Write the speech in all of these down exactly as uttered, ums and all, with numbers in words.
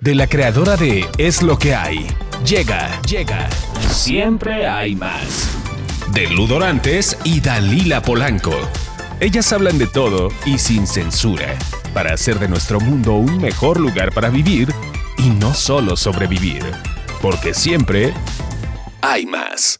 De la creadora de Es lo que hay. Llega, llega. Siempre hay más. De Lu Dorantes y Dalila Polanco. Ellas hablan de todo y sin censura, para hacer de nuestro mundo un mejor lugar para vivir y no solo sobrevivir. Porque siempre hay más.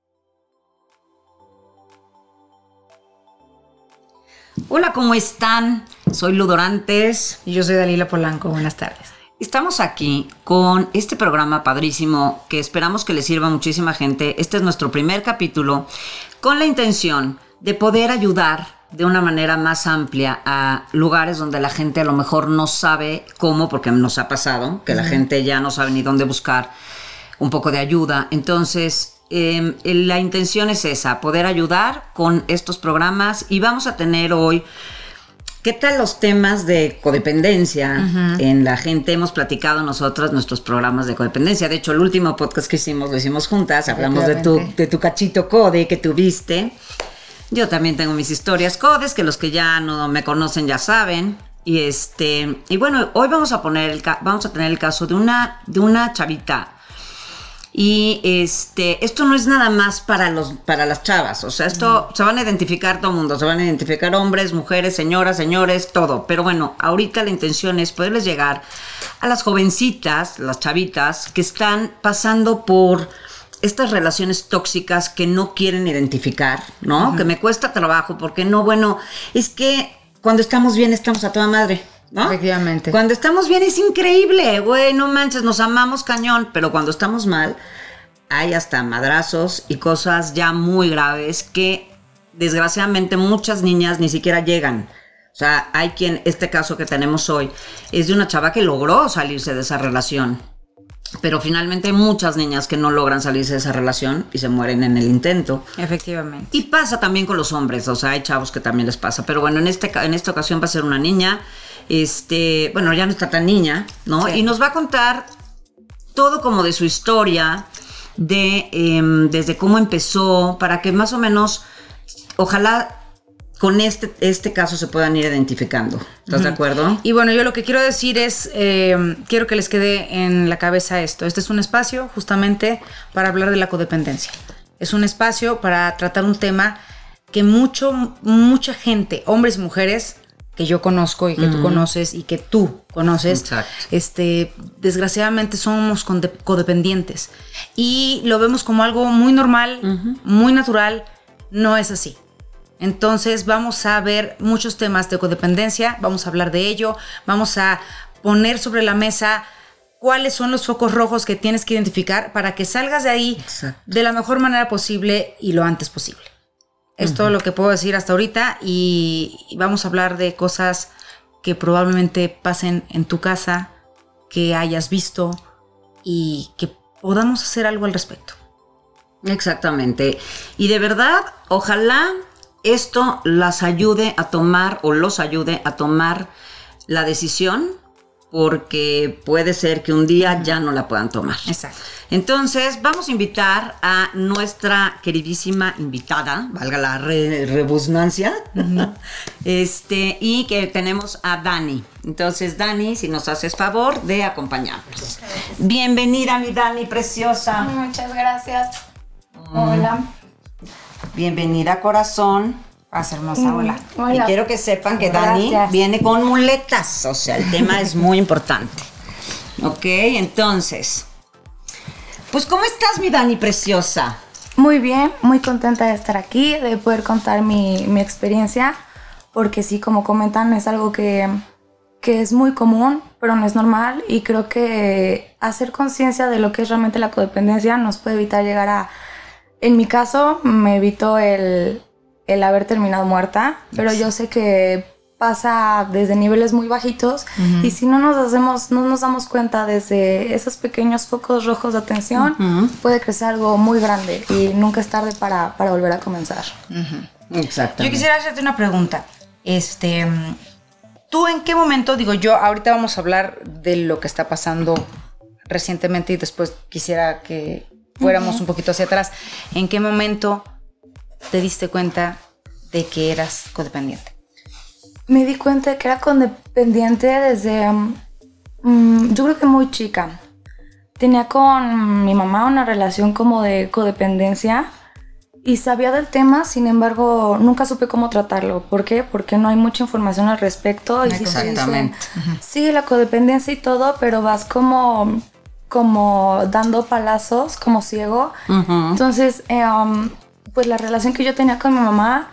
Hola, ¿cómo están? Soy Lu Dorantes. Y yo soy Dalila Polanco. Buenas tardes. Estamos aquí con este programa padrísimo que esperamos que le sirva a muchísima gente. Este es nuestro primer capítulo con la intención de poder ayudar de una manera más amplia a lugares donde la gente a lo mejor no sabe cómo, porque nos ha pasado, que uh-huh. la gente ya no sabe ni dónde buscar un poco de ayuda. Entonces, eh, la intención es esa, poder ayudar con estos programas, y vamos a tener hoy, ¿qué tal los temas de codependencia uh-huh. en la gente? Hemos platicado nosotras nuestros programas de codependencia. De hecho, el último podcast que hicimos, lo hicimos juntas, hablamos de tu, de tu cachito code que tuviste. Yo también tengo mis historias codes, que los que ya no me conocen ya saben. Y este, y bueno, hoy vamos a poner el vamos a tener el caso de una, de una chavita. Y este, esto no es nada más para los, para las chavas. O sea, esto mm. se van a identificar todo el mundo. Se van a identificar hombres, mujeres, señoras, señores, todo. Pero bueno, ahorita la intención es poderles llegar a las jovencitas, las chavitas, que están pasando por estas relaciones tóxicas que no quieren identificar, ¿no? Uh-huh. Que me cuesta trabajo porque no, bueno, es que cuando estamos bien estamos a toda madre, ¿no? Efectivamente. Cuando estamos bien es increíble, güey, no manches, nos amamos cañón, pero cuando estamos mal hay hasta madrazos y cosas ya muy graves que desgraciadamente muchas niñas ni siquiera llegan. O sea, hay quien, este caso que tenemos hoy es de una chava que logró salirse de esa relación. Pero finalmente hay muchas niñas que no logran salirse de esa relación y se mueren en el intento. Efectivamente. Y pasa también con los hombres, o sea, hay chavos que también les pasa. Pero bueno, en, este, en esta ocasión va a ser una niña, este, bueno, ya no está tan niña, ¿no? Sí. Y nos va a contar todo como de su historia, de eh, desde cómo empezó, para que más o menos, ojalá con este, este caso se puedan ir identificando. ¿Estás uh-huh. de acuerdo? Y bueno, yo lo que quiero decir es, eh, quiero que les quede en la cabeza esto. Este es un espacio justamente para hablar de la codependencia. Es un espacio para tratar un tema que mucho, mucha gente, hombres y mujeres, que yo conozco y que uh-huh. tú conoces y que tú conoces, Exacto. este, desgraciadamente somos codependientes. Y lo vemos como algo muy normal, uh-huh. muy natural. No es así. Entonces vamos a ver muchos temas de codependencia, vamos a hablar de ello, vamos a poner sobre la mesa cuáles son los focos rojos que tienes que identificar para que salgas de ahí Exacto. de la mejor manera posible y lo antes posible. Es uh-huh. todo lo que puedo decir hasta ahorita, y vamos a hablar de cosas que probablemente pasen en tu casa, que hayas visto y que podamos hacer algo al respecto. Exactamente. Y de verdad, ojalá esto las ayude a tomar o los ayude a tomar la decisión, porque puede ser que un día ya no la puedan tomar. Exacto. Entonces vamos a invitar a nuestra queridísima invitada, valga la re- rebusnancia, uh-huh. este, y que tenemos a Dani. Entonces, Dani, si nos haces favor de acompañarnos. Bienvenida, mi Dani preciosa. Muchas gracias. Mm. Hola. Bienvenida, corazón. Paz hermosa, hola. Hola. Y quiero que sepan que Gracias. Dani viene con muletas, o sea, el tema es muy importante. Ok, entonces, pues, ¿cómo estás, mi Dani preciosa? Muy bien, muy contenta de estar aquí, de poder contar mi, mi experiencia, porque sí, como comentan, es algo que, que es muy común, pero no es normal, y creo que hacer conciencia de lo que es realmente la codependencia nos puede evitar llegar a... En mi caso, me evitó el, el haber terminado muerta, pero yo sé que pasa desde niveles muy bajitos, uh-huh. y si no nos hacemos, no nos damos cuenta desde esos pequeños focos rojos de atención, uh-huh. puede crecer algo muy grande y nunca es tarde para, para volver a comenzar. Uh-huh. Exacto. Yo quisiera hacerte una pregunta. Este, ¿tú en qué momento, digo yo, ahorita vamos a hablar de lo que está pasando recientemente y después quisiera que fuéramos uh-huh. un poquito hacia atrás. ¿En qué momento te diste cuenta de que eras codependiente? Me di cuenta de que era codependiente desde um, Mm, yo creo que muy chica. Tenía con mi mamá una relación como de codependencia y sabía del tema, sin embargo, nunca supe cómo tratarlo. ¿Por qué? Porque no hay mucha información al respecto. Y Exactamente. Sí, sí, sí, la codependencia y todo, pero vas como, como dando palazos, como ciego. Uh-huh. Entonces, eh, um, pues la relación que yo tenía con mi mamá,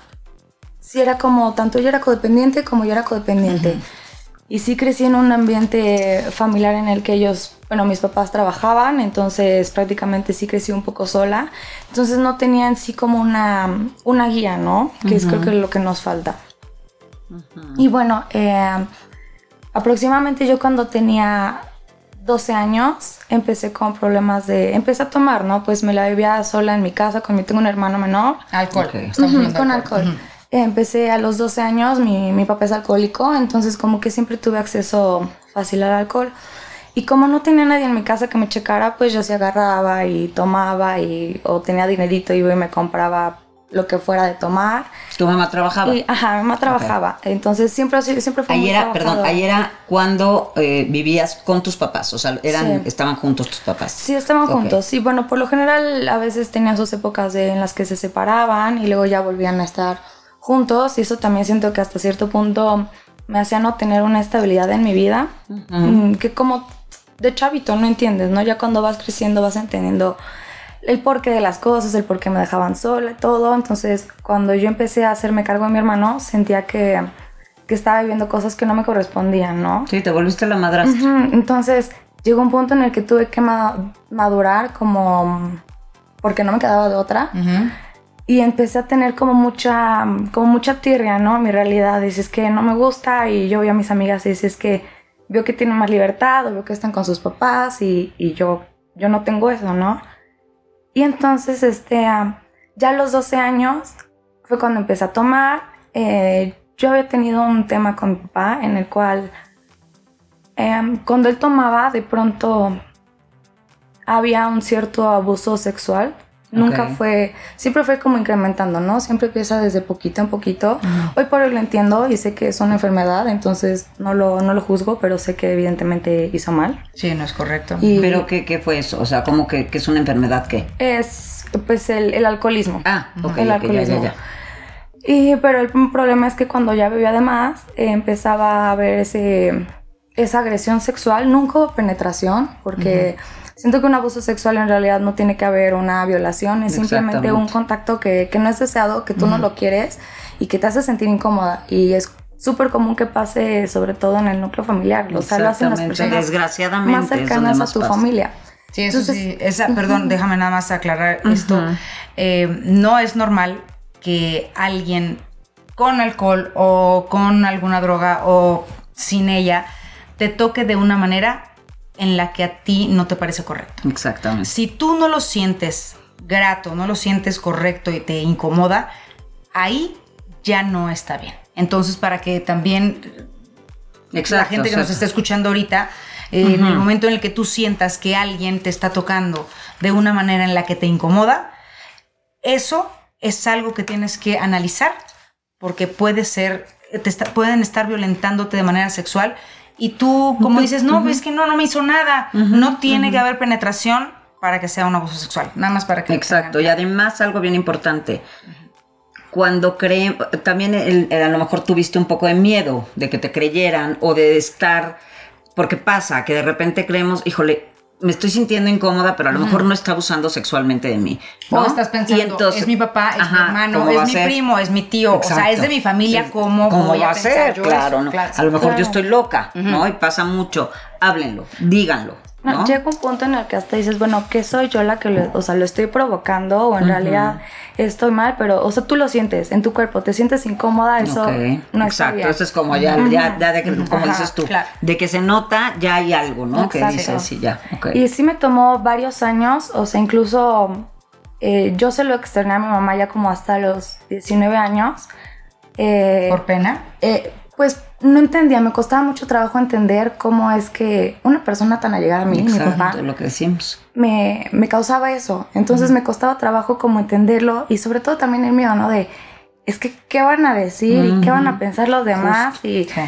sí era como, tanto ella era codependiente como yo era codependiente. Uh-huh. Y sí crecí en un ambiente familiar en el que ellos, bueno, mis papás trabajaban, entonces prácticamente sí crecí un poco sola. Entonces no tenía en sí como una, una guía, ¿no? Que uh-huh. es creo que lo que nos falta. Uh-huh. Y bueno, eh, aproximadamente yo cuando tenía doce años empecé con problemas de... Empecé a tomar, ¿no? Pues me la vivía sola en mi casa, con mi, tengo un hermano menor. Alcohol. Okay. Uh-huh, con alcohol. alcohol. Uh-huh. Empecé a los doce años, mi, mi papá es alcohólico, entonces como que siempre tuve acceso fácil al alcohol. Y como no tenía nadie en mi casa que me checara, pues yo sí agarraba y tomaba, y, o tenía dinerito y me compraba lo que fuera de tomar. ¿Tu mamá trabajaba? Y, ajá, mi mamá trabajaba, okay. Entonces siempre, siempre fue ahí muy era, Perdón, ahí era cuando eh, vivías con tus papás, o sea, eran, sí. estaban juntos tus papás. Sí, estaban okay. juntos, sí, bueno, por lo general a veces tenía sus épocas de, en las que se separaban y luego ya volvían a estar juntos, y eso también siento que hasta cierto punto me hacía no tener una estabilidad en mi vida, uh-huh. que como de chavito no entiendes, ¿no? Ya cuando vas creciendo vas entendiendo el porqué de las cosas, el por qué me dejaban sola y todo. Entonces cuando yo empecé a hacerme cargo de mi hermano, sentía que, que estaba viviendo cosas que no me correspondían, ¿no? Sí, te volviste la madrastra. Uh-huh. Entonces llegó un punto en el que tuve que ma- madurar como porque no me quedaba de otra. Uh-huh. Y empecé a tener como mucha, como mucha tirria, ¿no? Mi realidad, dices que no me gusta, y yo voy a mis amigas y dices que veo que tienen más libertad, o veo que están con sus papás, y, y yo, yo no tengo eso, ¿no? Y entonces, este, uh, ya a los doce años fue cuando empecé a tomar. Eh, yo había tenido un tema con mi papá en el cual eh, cuando él tomaba, de pronto había un cierto abuso sexual. Nunca okay. fue, siempre fue como incrementando, ¿no? Siempre empieza desde poquito en poquito. Uh-huh. Hoy por hoy lo entiendo y sé que es una enfermedad, entonces no lo, no lo juzgo, pero sé que evidentemente hizo mal. Sí, no es correcto. Y ¿pero qué, qué fue eso? O sea, ¿cómo que, que es una enfermedad qué? Es, pues, el, el alcoholismo. Ah, ok. El okay, alcoholismo. Ya, ya, ya. Y, pero el problema es que cuando ya bebía de más, eh, empezaba a haber ese, esa agresión sexual. Nunca hubo penetración, porque... Uh-huh. Siento que un abuso sexual en realidad no tiene que haber una violación, es simplemente un contacto que, que no es deseado, que tú uh-huh. no lo quieres y que te hace sentir incómoda. Y es súper común que pase, sobre todo en el núcleo familiar. O sea, lo hacen las personas desgraciadamente, más cercanas a tu pasa. familia. Sí, eso Entonces, sí. Esa, uh-huh. Perdón, déjame nada más aclarar uh-huh. esto. Eh, no es normal que alguien con alcohol o con alguna droga o sin ella te toque de una manera en la que a ti no te parece correcto. Exactamente. Si tú no lo sientes grato, no lo sientes correcto y te incomoda, ahí ya no está bien. Entonces, para que también Exacto, la gente que exacto. nos está escuchando ahorita, eh, uh-huh. en el momento en el que tú sientas que alguien te está tocando de una manera en la que te incomoda, eso es algo que tienes que analizar, porque puede ser, te está, pueden estar violentándote de manera sexual. Y tú, como dices, no, uh-huh. es que no, no me hizo nada. Uh-huh. No tiene uh-huh. que haber penetración para que sea un abuso sexual. Nada más para que... Exacto. Y además, algo bien importante. Uh-huh. Cuando creen... También el, el, a lo mejor tuviste un poco de miedo de que te creyeran o de estar... Porque pasa que de repente creemos, híjole, me estoy sintiendo incómoda, pero a lo uh-huh. mejor no está abusando sexualmente de mí, ¿no? O estás pensando, entonces, es mi papá, es ajá, mi hermano, es mi primo, es mi tío, Exacto. o sea, es de mi familia, ¿cómo, ¿Cómo voy va a a ser? Claro, ¿no? Claro, a lo mejor claro. yo estoy loca, uh-huh. ¿no? Y pasa mucho. Háblenlo, díganlo, ¿no? No, llega un punto en el que hasta dices, bueno, ¿qué soy yo la que lo, o sea, lo estoy provocando? O en uh-huh. realidad estoy mal, pero, o sea, tú lo sientes en tu cuerpo, te sientes incómoda, eso okay. no está bien. Exacto, eso es como ya, uh-huh. ya, ya de que, como Ajá, dices tú, claro. de que se nota, ya hay algo, ¿no? Exacto. Que dices, sí, ya, okay. Y sí me tomó varios años, o sea, incluso eh, yo se lo externé a mi mamá ya como hasta los diecinueve años. Eh, ¿Por pena? Eh, pues no entendía, me costaba mucho trabajo entender cómo es que una persona tan allegada a mí, Exacto, mi papá, lo que decimos. Me, me causaba eso. Entonces uh-huh. me costaba trabajo como entenderlo, y sobre todo también el miedo, ¿no? De, es que, ¿qué van a decir? Uh-huh. ¿Y qué van a pensar los demás? Y, sí.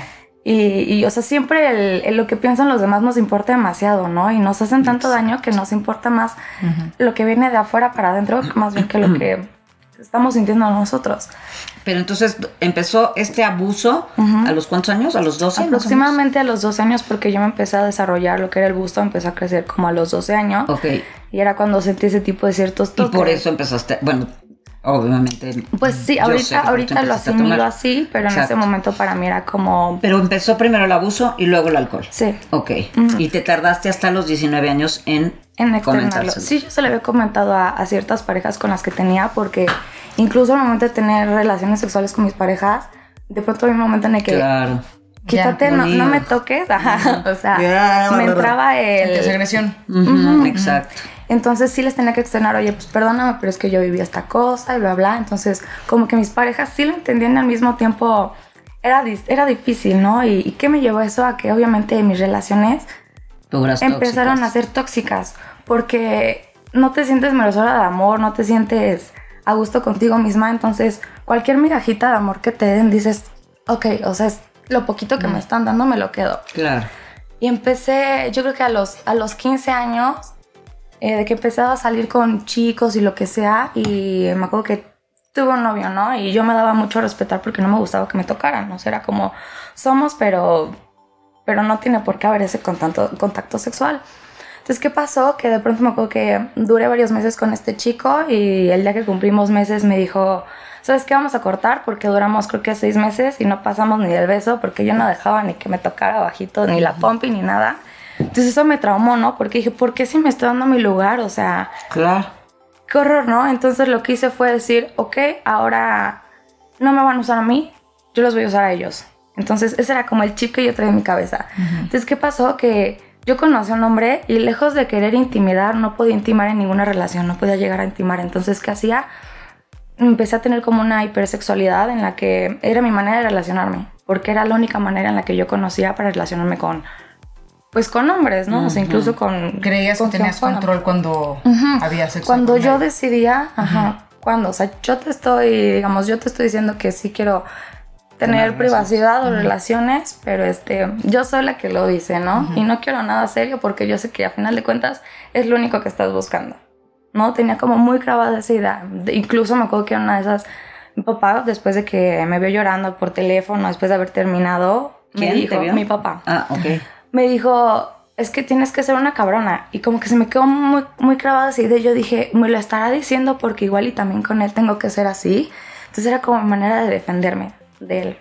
Y, y, o sea, siempre el, el lo que piensan los demás nos importa demasiado, ¿no? Y nos hacen tanto daño que nos importa más uh-huh. lo que viene de afuera para adentro, más bien que lo que estamos sintiendo nosotros. Pero entonces empezó este abuso uh-huh. ¿a los cuántos años? ¿A los doce? Aproximadamente a los doce años, porque yo me empecé a desarrollar lo que era el busto, empezó a crecer como a los doce años. Ok. Y era cuando sentí ese tipo de ciertos toques. Y por eso empezaste, bueno... Obviamente. Pues sí, ahorita, ahorita lo asimilo así, pero Exacto. en ese momento para mí era como... Pero empezó primero el abuso y luego el alcohol. Sí. Ok. Uh-huh. Y te tardaste hasta los diecinueve años en... En externarlo. Sí, yo se lo había comentado a, a ciertas parejas con las que tenía, porque incluso al momento de tener relaciones sexuales con mis parejas, de pronto había un momento en el que... Claro. Quítate, yeah, no, no me toques. Ajá. O sea, yeah, me entraba el... Desagresión. Uh-huh. Uh-huh. Exacto. Entonces sí les tenía que externar, oye, pues perdóname, pero es que yo viví esta cosa y bla, bla. Entonces, como que mis parejas sí lo entendían y al mismo tiempo era, era difícil, ¿no? Y, y ¿qué me llevó eso? A que obviamente mis relaciones empezaron tóxicas. a ser tóxicas. Porque no te sientes merecedora de amor, no te sientes a gusto contigo misma. Entonces, cualquier migajita de amor que te den, dices, ok, o sea, es lo poquito que mm. me están dando me lo quedo. Claro. Y empecé, yo creo que a los, a los quince años... Eh, de que empezaba a salir con chicos y lo que sea, y me acuerdo que tuve un novio, ¿no? Y yo me daba mucho a respetar porque no me gustaba que me tocaran, o sea, era como, somos, pero, pero no tiene por qué haber ese contacto, contacto sexual. Entonces, ¿qué pasó? Que de pronto me acuerdo que duré varios meses con este chico y el día que cumplimos meses me dijo, ¿sabes qué? Vamos a cortar porque duramos creo que seis meses y no pasamos ni del beso porque yo no dejaba ni que me tocara bajito, ni la pompi, ni nada. Entonces eso me traumó, ¿no? Porque dije, ¿por qué si me estoy dando mi lugar? O sea... Claro. Qué horror, ¿no? Entonces lo que hice fue decir, ok, ahora no me van a usar a mí, yo los voy a usar a ellos. Entonces ese era como el chip que yo traía en mi cabeza. Uh-huh. Entonces, ¿qué pasó? Que yo conocí a un hombre y lejos de querer intimidar, no podía intimar en ninguna relación, no podía llegar a intimar. Entonces, ¿qué hacía? Empecé a tener como una hipersexualidad en la que era mi manera de relacionarme, porque era la única manera en la que yo conocía para relacionarme con... Pues con hombres, ¿no? Uh-huh. O sea, incluso con... ¿Creías con que tenías control cuando uh-huh. había sexo? Cuando con yo él? decidía, ajá, uh-huh. cuando, o sea, yo te estoy, digamos, yo te estoy diciendo que sí quiero tener, tener privacidad o uh-huh. relaciones, pero este, yo soy la que lo dice, ¿no? Uh-huh. Y no quiero nada serio porque yo sé que a final de cuentas es lo único que estás buscando, ¿no? Tenía como muy grabada esa idea. De, incluso me acuerdo que una de esas, mi papá, después de que me vio llorando por teléfono, después de haber terminado, me dijo, mi papá. Ah, ok. Me dijo, es que tienes que ser una cabrona. Y como que se me quedó muy, muy clavada esa idea. Yo dije, me lo estará diciendo porque igual y también con él tengo que ser así. Entonces era como mi manera de defenderme de él.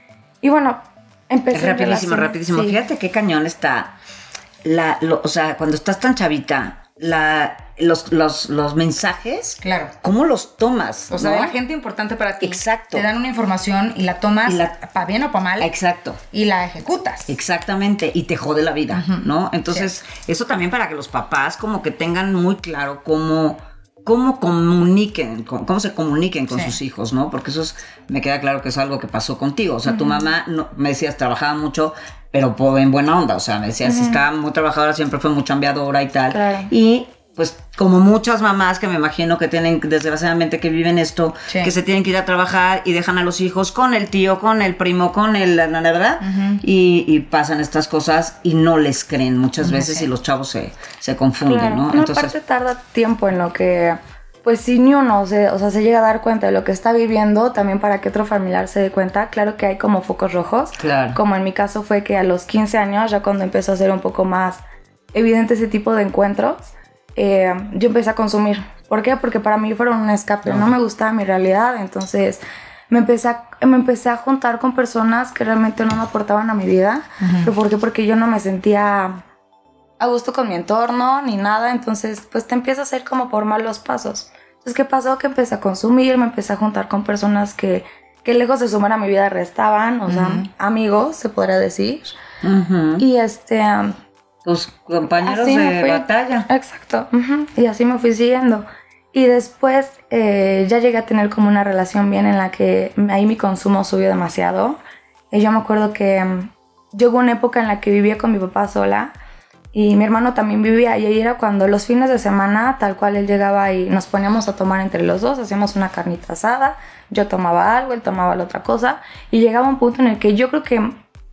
Y bueno, empecé... Rapidísimo, rapidísimo. Sí. Fíjate qué cañón está. La, lo, o sea, cuando estás tan chavita, la, los, los, los mensajes, claro, ¿cómo los tomas? O sea, ¿no? De la gente importante para ti. Exacto. Te dan una información y la tomas para bien o para mal. Exacto. Y la ejecutas. Exactamente. Y te jode la vida, uh-huh. ¿no? Entonces, sí. Eso también para que los papás como que tengan muy claro cómo... cómo comuniquen, cómo se comuniquen con sí. sus hijos, ¿no? Porque eso es, me queda claro que es algo que pasó contigo. O sea, uh-huh. tu mamá, no, me decías, trabajaba mucho, pero en buena onda. O sea, me decías, uh-huh. estaba muy trabajadora, siempre fue muy chambeadora y tal. Claro. Y pues como muchas mamás que me imagino que tienen, desgraciadamente, que viven esto, sí. que se tienen que ir a trabajar y dejan a los hijos con el tío, con el primo, con el, la verdad, uh-huh. y, y pasan estas cosas y no les creen muchas uh-huh. veces y los chavos se, se confunden, claro. ¿no? No, entonces, aparte tarda tiempo en lo que, pues si ni uno se, o sea, se llega a dar cuenta de lo que está viviendo, también para que otro familiar se dé cuenta. Claro que hay como focos rojos, claro. como en mi caso fue que a los quince años, ya cuando empezó a ser un poco más evidente ese tipo de encuentros, Eh, yo empecé a consumir. ¿Por qué? Porque para mí fueron un escape. No, no me gustaba mi realidad. Entonces me empecé, a, me empecé a juntar con personas que realmente no me aportaban a mi vida. Uh-huh. ¿Pero por qué? Porque yo no me sentía a gusto con mi entorno ni nada. Entonces pues te empieza a hacer como por malos pasos. Entonces ¿qué pasó? Que empecé a consumir. Me empecé a juntar con personas que, que lejos de sumar a mi vida restaban. O uh-huh. sea, amigos se podría decir. Uh-huh. Y este... Um, tus compañeros de batalla. Exacto. Uh-huh. Y así me fui siguiendo. Y después eh, ya llegué a tener como una relación bien en la que ahí mi consumo subió demasiado. Y yo me acuerdo que um, llegó una época en la que vivía con mi papá sola y mi hermano también vivía. Y ahí era cuando los fines de semana, tal cual él llegaba y nos poníamos a tomar entre los dos. Hacíamos una carnita asada. Yo tomaba algo, él tomaba la otra cosa. Y llegaba un punto en el que yo creo que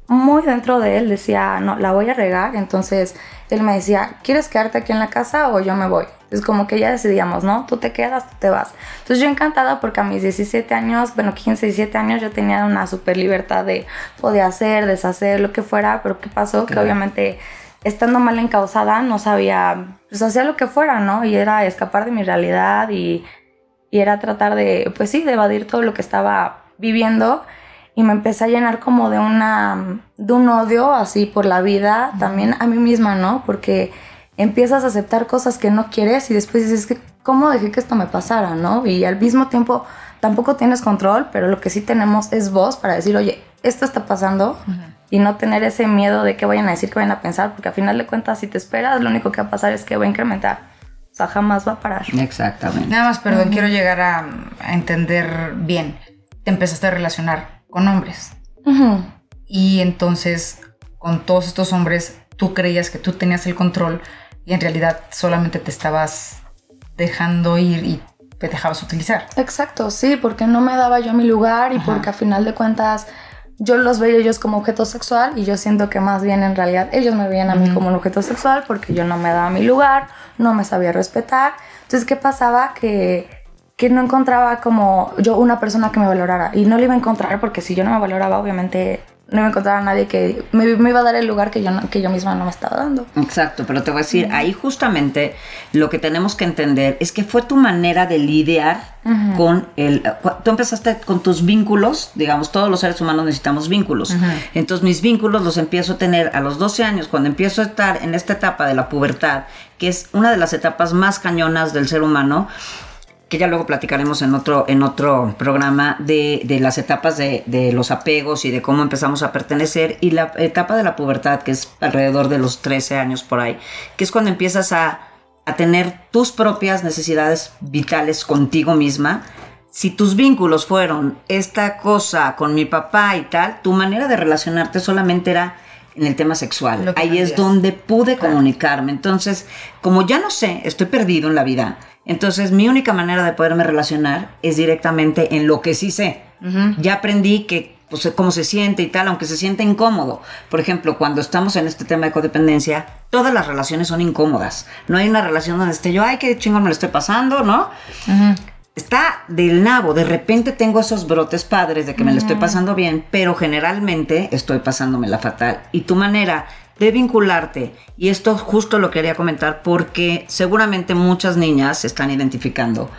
muy dentro de él decía, no, la voy a regar. Entonces él me decía, ¿quieres quedarte aquí en la casa o yo me voy? Es como que ya decidíamos, ¿no? Tú te quedas, tú te vas. Entonces yo encantada porque a mis diecisiete años, bueno, quince, diecisiete años, yo tenía una súper libertad de poder hacer, deshacer, lo que fuera. Pero ¿qué pasó? Claro. Que obviamente, estando mal encauzada, no sabía, pues hacía lo que fuera, ¿no? Y era escapar de mi realidad y, y era tratar de, pues sí, de evadir todo lo que estaba viviendo. Y me empecé a llenar como de una, de un odio así por la vida, también a mí misma, ¿no? Porque empiezas a aceptar cosas que no quieres y después dices, que ¿cómo dejé que esto me pasara, no? Y al mismo tiempo tampoco tienes control, pero lo que sí tenemos es voz para decir, oye, esto está pasando, uh-huh. y no tener ese miedo de que vayan a decir, que vayan a pensar, porque al final de cuentas, si te esperas, lo único que va a pasar es que va a incrementar. O sea, jamás va a parar. Exactamente. Nada más, perdón, uh-huh. quiero llegar a, a entender bien. Te empezaste a relacionar con hombres. Uh-huh. Y entonces, con todos estos hombres, tú creías que tú tenías el control y en realidad solamente te estabas dejando ir y te dejabas utilizar. Exacto, sí, porque no me daba yo mi lugar y Ajá. porque a final de cuentas yo los veía ellos como objeto sexual y yo siento que más bien en realidad ellos me veían a mí uh-huh. como un objeto sexual porque yo no me daba mi lugar, no me sabía respetar. Entonces, ¿qué pasaba? Que, que no encontraba como yo una persona que me valorara y no le iba a encontrar porque si yo no me valoraba, obviamente no iba a encontrar a nadie que me, me iba a dar el lugar que yo, no, que yo misma no me estaba dando. Exacto, pero te voy a decir, uh-huh. ahí justamente lo que tenemos que entender es que fue tu manera de lidiar uh-huh. con el... Tú empezaste con tus vínculos, digamos, todos los seres humanos necesitamos vínculos. Uh-huh. Entonces mis vínculos los empiezo a tener a los doce años, cuando empiezo a estar en esta etapa de la pubertad, que es una de las etapas más cañonas del ser humano, que ya luego platicaremos en otro, en otro programa de, de las etapas de, de los apegos y de cómo empezamos a pertenecer, y la etapa de la pubertad, que es alrededor de los trece años por ahí, que es cuando empiezas a, a tener tus propias necesidades vitales contigo misma. Si tus vínculos fueron esta cosa con mi papá y tal, tu manera de relacionarte solamente era en el tema sexual. Ahí es donde pude claro. comunicarme. Entonces, como ya no sé, estoy perdido en la vida, entonces mi única manera de poderme relacionar es directamente en lo que sí sé. Uh-huh. Ya aprendí que pues, cómo se siente y tal, aunque se siente incómodo. Por ejemplo, cuando estamos en este tema de codependencia, todas las relaciones son incómodas. No hay una relación donde esté yo, ay, qué chingón me lo estoy pasando, ¿no? Uh-huh. Está del nabo. De repente tengo esos brotes padres de que uh-huh. me lo estoy pasando bien, pero generalmente estoy pasándomela fatal. Y tu manera de vincularte, y esto justo lo quería comentar porque seguramente muchas niñas se están identificando,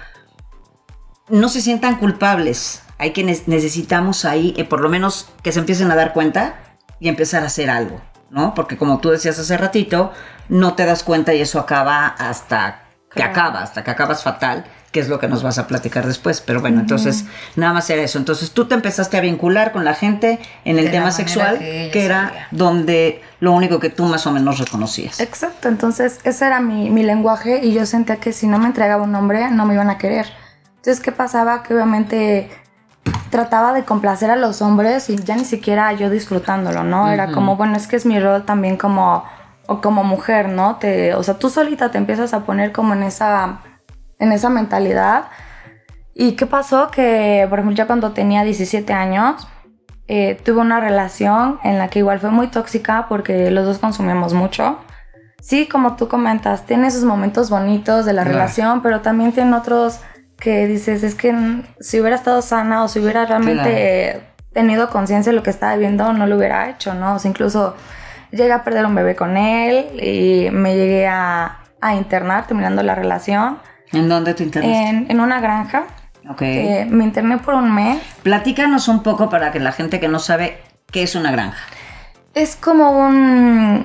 no se sientan culpables. Hay quienes necesitamos ahí, eh, por lo menos que se empiecen a dar cuenta y empezar a hacer algo, ¿no? Porque como tú decías hace ratito, no te das cuenta y eso acaba hasta que claro. acaba, hasta que acabas fatal, que es lo que nos vas a platicar después. Pero bueno, uh-huh. entonces, nada más era eso. Entonces, tú te empezaste a vincular con la gente en el de tema sexual, que, que era sabía. Donde lo único que tú más o menos reconocías. Exacto. Entonces, ese era mi, mi lenguaje y yo sentía que si no me entregaba un hombre, no me iban a querer. Entonces, ¿qué pasaba? Que obviamente trataba de complacer a los hombres y ya ni siquiera yo disfrutándolo, ¿no? Uh-huh. Era como, bueno, es que es mi rol también como, o como mujer, ¿no? Te, o sea, tú solita te empiezas a poner como en esa... en esa mentalidad. ¿Y qué pasó? Que, por ejemplo, ya cuando tenía diecisiete años, eh, tuve una relación en la que igual fue muy tóxica porque los dos consumíamos mucho. Sí, como tú comentas, tiene esos momentos bonitos de la claro. relación, pero también tiene otros que dices, es que si hubiera estado sana o si hubiera realmente claro. tenido conciencia de lo que estaba viviendo, no lo hubiera hecho, ¿no? O sea, incluso llegué a perder un bebé con él y me llegué a, a internar terminando la relación. ¿En dónde te internaste? En, en una granja. Ok. Eh, me interné por un mes. Platícanos un poco para que la gente que no sabe qué es una granja. Es como un,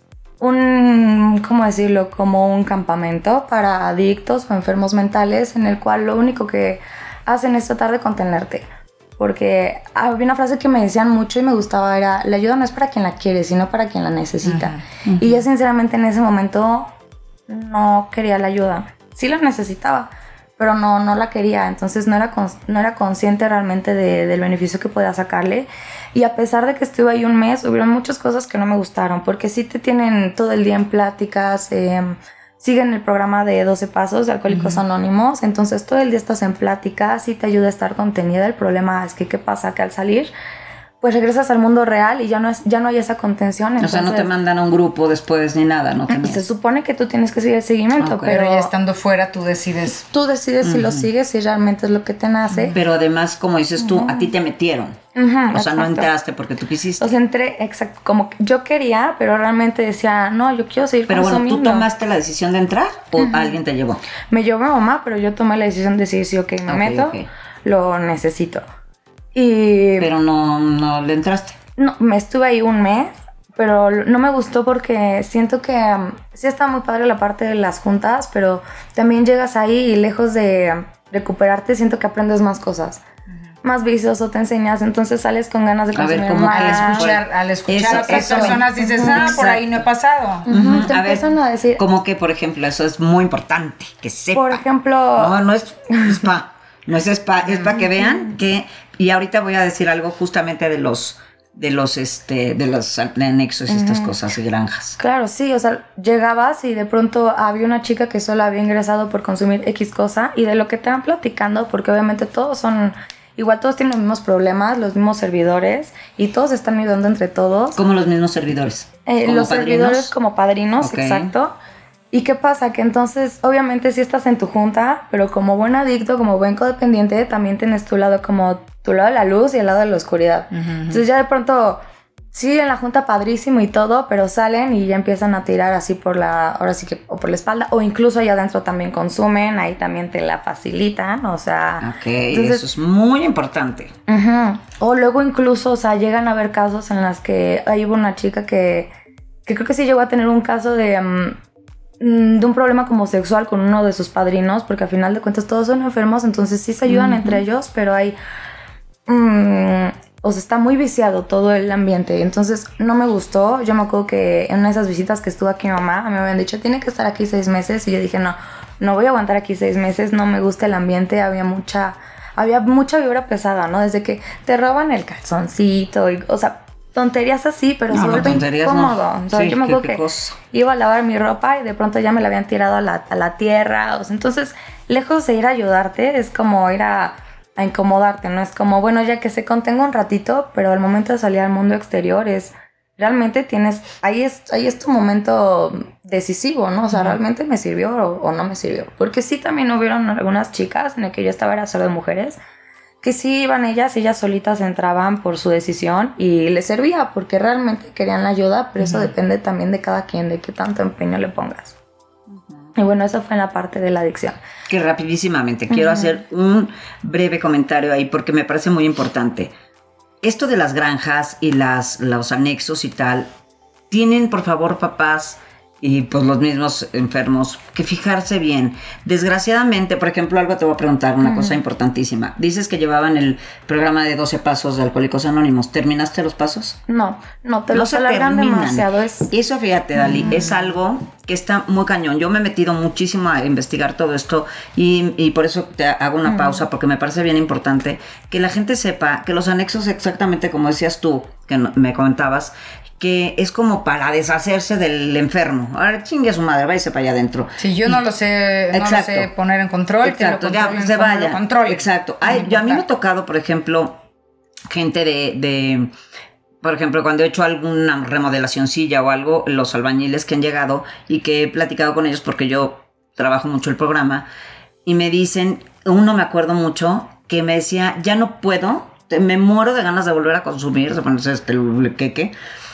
un, ¿cómo decirlo? Como un campamento para adictos o enfermos mentales en el cual lo único que hacen es tratar de contenerte. Porque había una frase que me decían mucho y me gustaba, era, la ayuda no es para quien la quiere, sino para quien la necesita. Uh-huh. Uh-huh. Y yo sinceramente en ese momento no quería la ayuda. Sí la necesitaba, pero no, no la quería. Entonces no era, cons- no era consciente realmente de, del beneficio que podía sacarle. Y a pesar de que estuve ahí un mes, hubieron muchas cosas que no me gustaron. Porque sí te tienen todo el día en pláticas, eh, siguen el programa de doce pasos de Alcohólicos uh-huh. Anónimos. Entonces todo el día estás en pláticas y te ayuda a estar contenida. El problema es que, ¿qué pasa? Que al salir, pues regresas al mundo real y ya no, es, ya no hay esa contención. Entonces, o sea, no te mandan a un grupo después ni nada, ¿no? Se supone que tú tienes que seguir el seguimiento, okay. pero ya estando fuera tú decides. Tú decides uh-huh. si lo sigues, si realmente es lo que te nace. Pero además, como dices tú, uh-huh. a ti te metieron. Uh-huh, o sea, exacto. no entraste porque tú quisiste. O sea, entré, exacto, como yo quería, pero realmente decía, no, yo quiero seguir pero consumiendo. Pero bueno, ¿tú tomaste la decisión de entrar o uh-huh. alguien te llevó? Me llevó mi mamá, pero yo tomé la decisión de decir, sí, ok, me okay, meto, okay. lo necesito. Y... Pero no, no le entraste. No, me estuve ahí un mes, pero no me gustó porque siento que um, sí está muy padre la parte de las juntas, pero también llegas ahí y lejos de recuperarte siento que aprendes más cosas. Uh-huh. Más vicioso te enseñas, entonces sales con ganas de consumir a ver, ¿cómo más. Al escuchar, al escuchar eso, a otras personas dices, ah, Exacto. por ahí no he pasado. Uh-huh. Te a empiezan ver, a decir... como que, por ejemplo, eso es muy importante, que sepa. Por ejemplo... No, no es spa, no es spa, es para que vean que... Y ahorita voy a decir algo justamente de los... de los este de los anexos y estas uh-huh. cosas y granjas. Claro, sí, o sea, llegabas y de pronto había una chica que solo había ingresado por consumir X cosa y de lo que te van platicando, porque obviamente todos son igual, todos tienen los mismos problemas, los mismos servidores y todos están ayudando entre todos. ¿Cómo los mismos servidores? Eh, los padrinos? servidores como padrinos, okay. exacto. ¿Y qué pasa? Que entonces, obviamente sí estás en tu junta, pero como buen adicto, como buen codependiente, también tienes tu lado como tu lado de la luz y el lado de la oscuridad. Uh-huh. Entonces ya de pronto, sí, en la junta padrísimo y todo, pero salen y ya empiezan a tirar así por la, ahora sí que, o por la espalda, o incluso allá adentro también consumen, ahí también te la facilitan, o sea... Ok, entonces, eso es muy importante. Uh-huh. O luego incluso, o sea, llegan a haber casos en las que, ahí hubo una chica que, que creo que sí llegó a tener un caso de... Um, de un problema como sexual con uno de sus padrinos, porque al final de cuentas todos son enfermos, entonces sí se ayudan uh-huh. entre ellos, pero hay mmm, o sea, está muy viciado todo el ambiente, entonces no me gustó. Yo me acuerdo que en una de esas visitas que estuvo aquí mi mamá, me habían dicho, tiene que estar aquí seis meses, y yo dije, no, no voy a aguantar aquí seis meses, no me gusta el ambiente, había mucha, había mucha vibra pesada, ¿no? Desde que te roban el calzoncito, y, o sea, tonterías así, pero no, se vuelve incómodo. No. O sea, sí, yo me acuerdo que cosa. Iba a lavar mi ropa y de pronto ya me la habían tirado a la, a la tierra. O sea, entonces, lejos de ir a ayudarte, es como ir a, a incomodarte, ¿no? Es como, bueno, ya que se contenga un ratito, pero al momento de salir al mundo exterior es... Realmente tienes... Ahí es, ahí es tu momento decisivo, ¿no? O sea, uh-huh. ¿realmente me sirvió o, o no me sirvió? Porque sí también hubieron algunas chicas en el que yo estaba, era solo de mujeres, que sí iban ellas, ellas solitas entraban por su decisión y les servía porque realmente querían la ayuda, pero uh-huh. eso depende también de cada quien, de qué tanto empeño le pongas. Uh-huh. Y bueno, eso fue en la parte de la adicción. Que rapidísimamente, uh-huh. quiero hacer un breve comentario ahí porque me parece muy importante. Esto de las granjas y las, los anexos y tal, tienen por favor papás y pues los mismos enfermos que fijarse bien. Desgraciadamente, por ejemplo, algo te voy a preguntar, una uh-huh. cosa importantísima. Dices que llevaban el programa de doce pasos de Alcohólicos Anónimos. ¿Terminaste los pasos? No, no, te no los alargan demasiado. Es... Eso, fíjate, Dali, uh-huh. es algo que está muy cañón. Yo me he metido muchísimo a investigar todo esto y, y por eso te hago una uh-huh. pausa, porque me parece bien importante que la gente sepa que los anexos, exactamente como decías tú, que me comentabas, que es como para deshacerse del enfermo. Ahora chingue a su madre, váyase para allá adentro. Si yo no lo sé, no lo sé poner en control, exacto, que lo ya se vaya. Control. Exacto. Ay, yo a mí me ha tocado, por ejemplo, gente de, de, por ejemplo, cuando he hecho alguna remodelacioncilla o algo, los albañiles que han llegado y que he platicado con ellos porque yo trabajo mucho el programa y me dicen, uno me acuerdo mucho que me decía, ya no puedo, me muero de ganas de volver a consumir, se pone este el queque.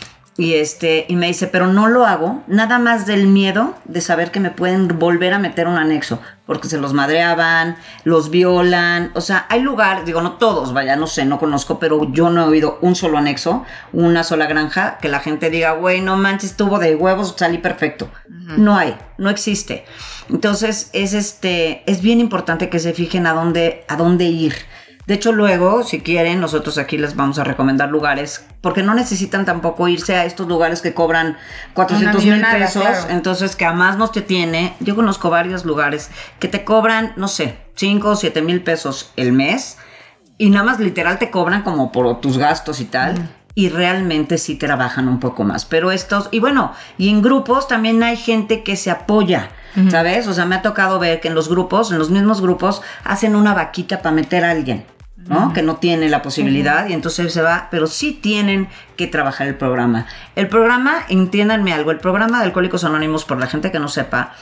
Y, este, y me dice, pero no lo hago nada más del miedo de saber que me pueden volver a meter un anexo, porque se los madreaban, los violan, o sea, hay lugares, digo, no todos, vaya, no sé, no conozco, pero yo no he oído un solo anexo, una sola granja, que la gente diga, güey, no manches, estuvo de huevos, salí perfecto. Uh-huh. No hay, no existe. Entonces, es, este, es bien importante que se fijen a dónde, a dónde ir. De hecho, luego, si quieren, nosotros aquí les vamos a recomendar lugares, porque no necesitan tampoco irse a estos lugares que cobran cuatrocientos mil pesos, claro. Entonces que a más no te tiene. Yo conozco varios lugares que te cobran, no sé, cinco o siete mil pesos el mes, y nada más literal te cobran como por tus gastos y tal, mm. y realmente sí trabajan un poco más. Pero estos, y bueno, y en grupos también hay gente que se apoya, uh-huh. ¿sabes? O sea, me ha tocado ver que en los grupos, en los mismos grupos, hacen una vaquita para meter a alguien. ¿no? Uh-huh. Que no tiene la posibilidad uh-huh. y entonces se va, pero sí tienen que trabajar el programa. El programa, entiéndanme algo, el programa de Alcohólicos Anónimos, por la gente que no sepa,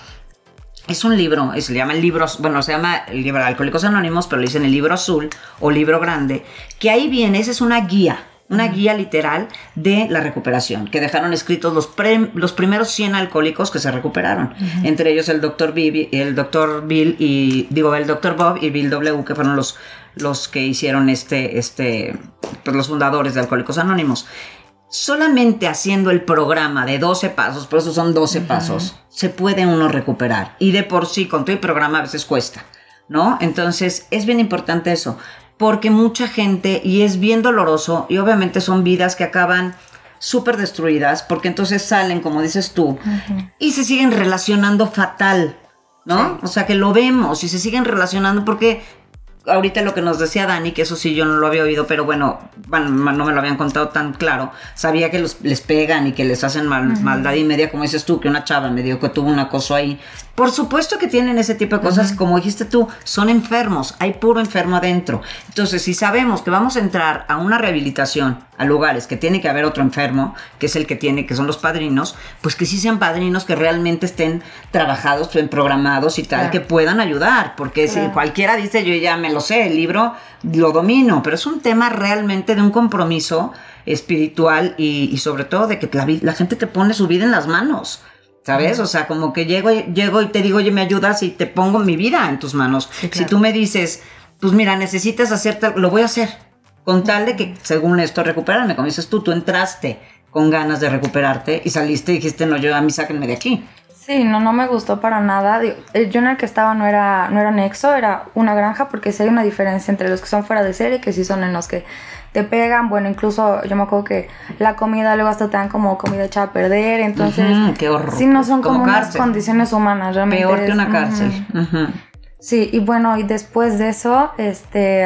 es un libro, se le llama el libro, bueno, se llama el libro de Alcohólicos Anónimos, pero le dicen el libro azul o libro grande, que ahí viene, esa es una guía, una uh-huh. guía literal de la recuperación, que dejaron escritos los, pre, los primeros cien alcohólicos que se recuperaron, uh-huh. entre ellos el doctor Bill, el doctor Bill y, digo, el doctor Bob y Bill W., que fueron los, los que hicieron este, este, pues los fundadores de Alcohólicos Anónimos. Solamente haciendo el programa de doce pasos, por eso son doce uh-huh. pasos, se puede uno recuperar. Y de por sí, con todo el programa a veces cuesta, ¿no? Entonces, es bien importante eso, porque mucha gente, y es bien doloroso, y obviamente son vidas que acaban súper destruidas, porque entonces salen, como dices tú, uh-huh. y se siguen relacionando fatal, ¿no? Sí. O sea, que lo vemos, y se siguen relacionando porque... Ahorita lo que nos decía Dani, que eso sí yo no lo había oído, pero bueno, bueno no me lo habían contado tan claro. Sabía que los, les pegan y que les hacen mal, uh-huh. maldad y media, como dices tú, que una chava me dijo que tuvo un acoso ahí. Por supuesto que tienen ese tipo de cosas, uh-huh. como dijiste tú, son enfermos, hay puro enfermo adentro. Entonces, si sabemos que vamos a entrar a una rehabilitación, a lugares que tiene que haber otro enfermo, que es el que tiene, que son los padrinos, pues que sí sean padrinos que realmente estén trabajados, programados y tal, claro. que puedan ayudar, porque claro. si cualquiera dice, yo ya me lo sé, el libro lo domino, pero es un tema realmente de un compromiso espiritual y, y sobre todo de que la, la gente te pone su vida en las manos, ¿sabes? O sea, como que llego, llego y te digo, oye, ¿me ayudas? Y te pongo mi vida en tus manos. Sí, claro. Si tú me dices, pues mira, necesitas hacerte, lo voy a hacer, con tal de que, según esto, recuperarme. Como dices tú, tú entraste con ganas de recuperarte y saliste y dijiste, no, yo a mí sáquenme de aquí. Sí, no, no me gustó para nada. Yo en el que estaba no era, no era anexo, era una granja, porque sí hay una diferencia entre los que son fuera de serie, que sí son en los que te pegan. Bueno, incluso yo me acuerdo que la comida luego hasta te dan como comida echada a perder, entonces uh-huh, qué horror. Sí, no son como, como unas cárcel. Condiciones humanas, realmente. Peor es, que una cárcel. Uh-huh. Uh-huh. Sí, y bueno, y después de eso, este,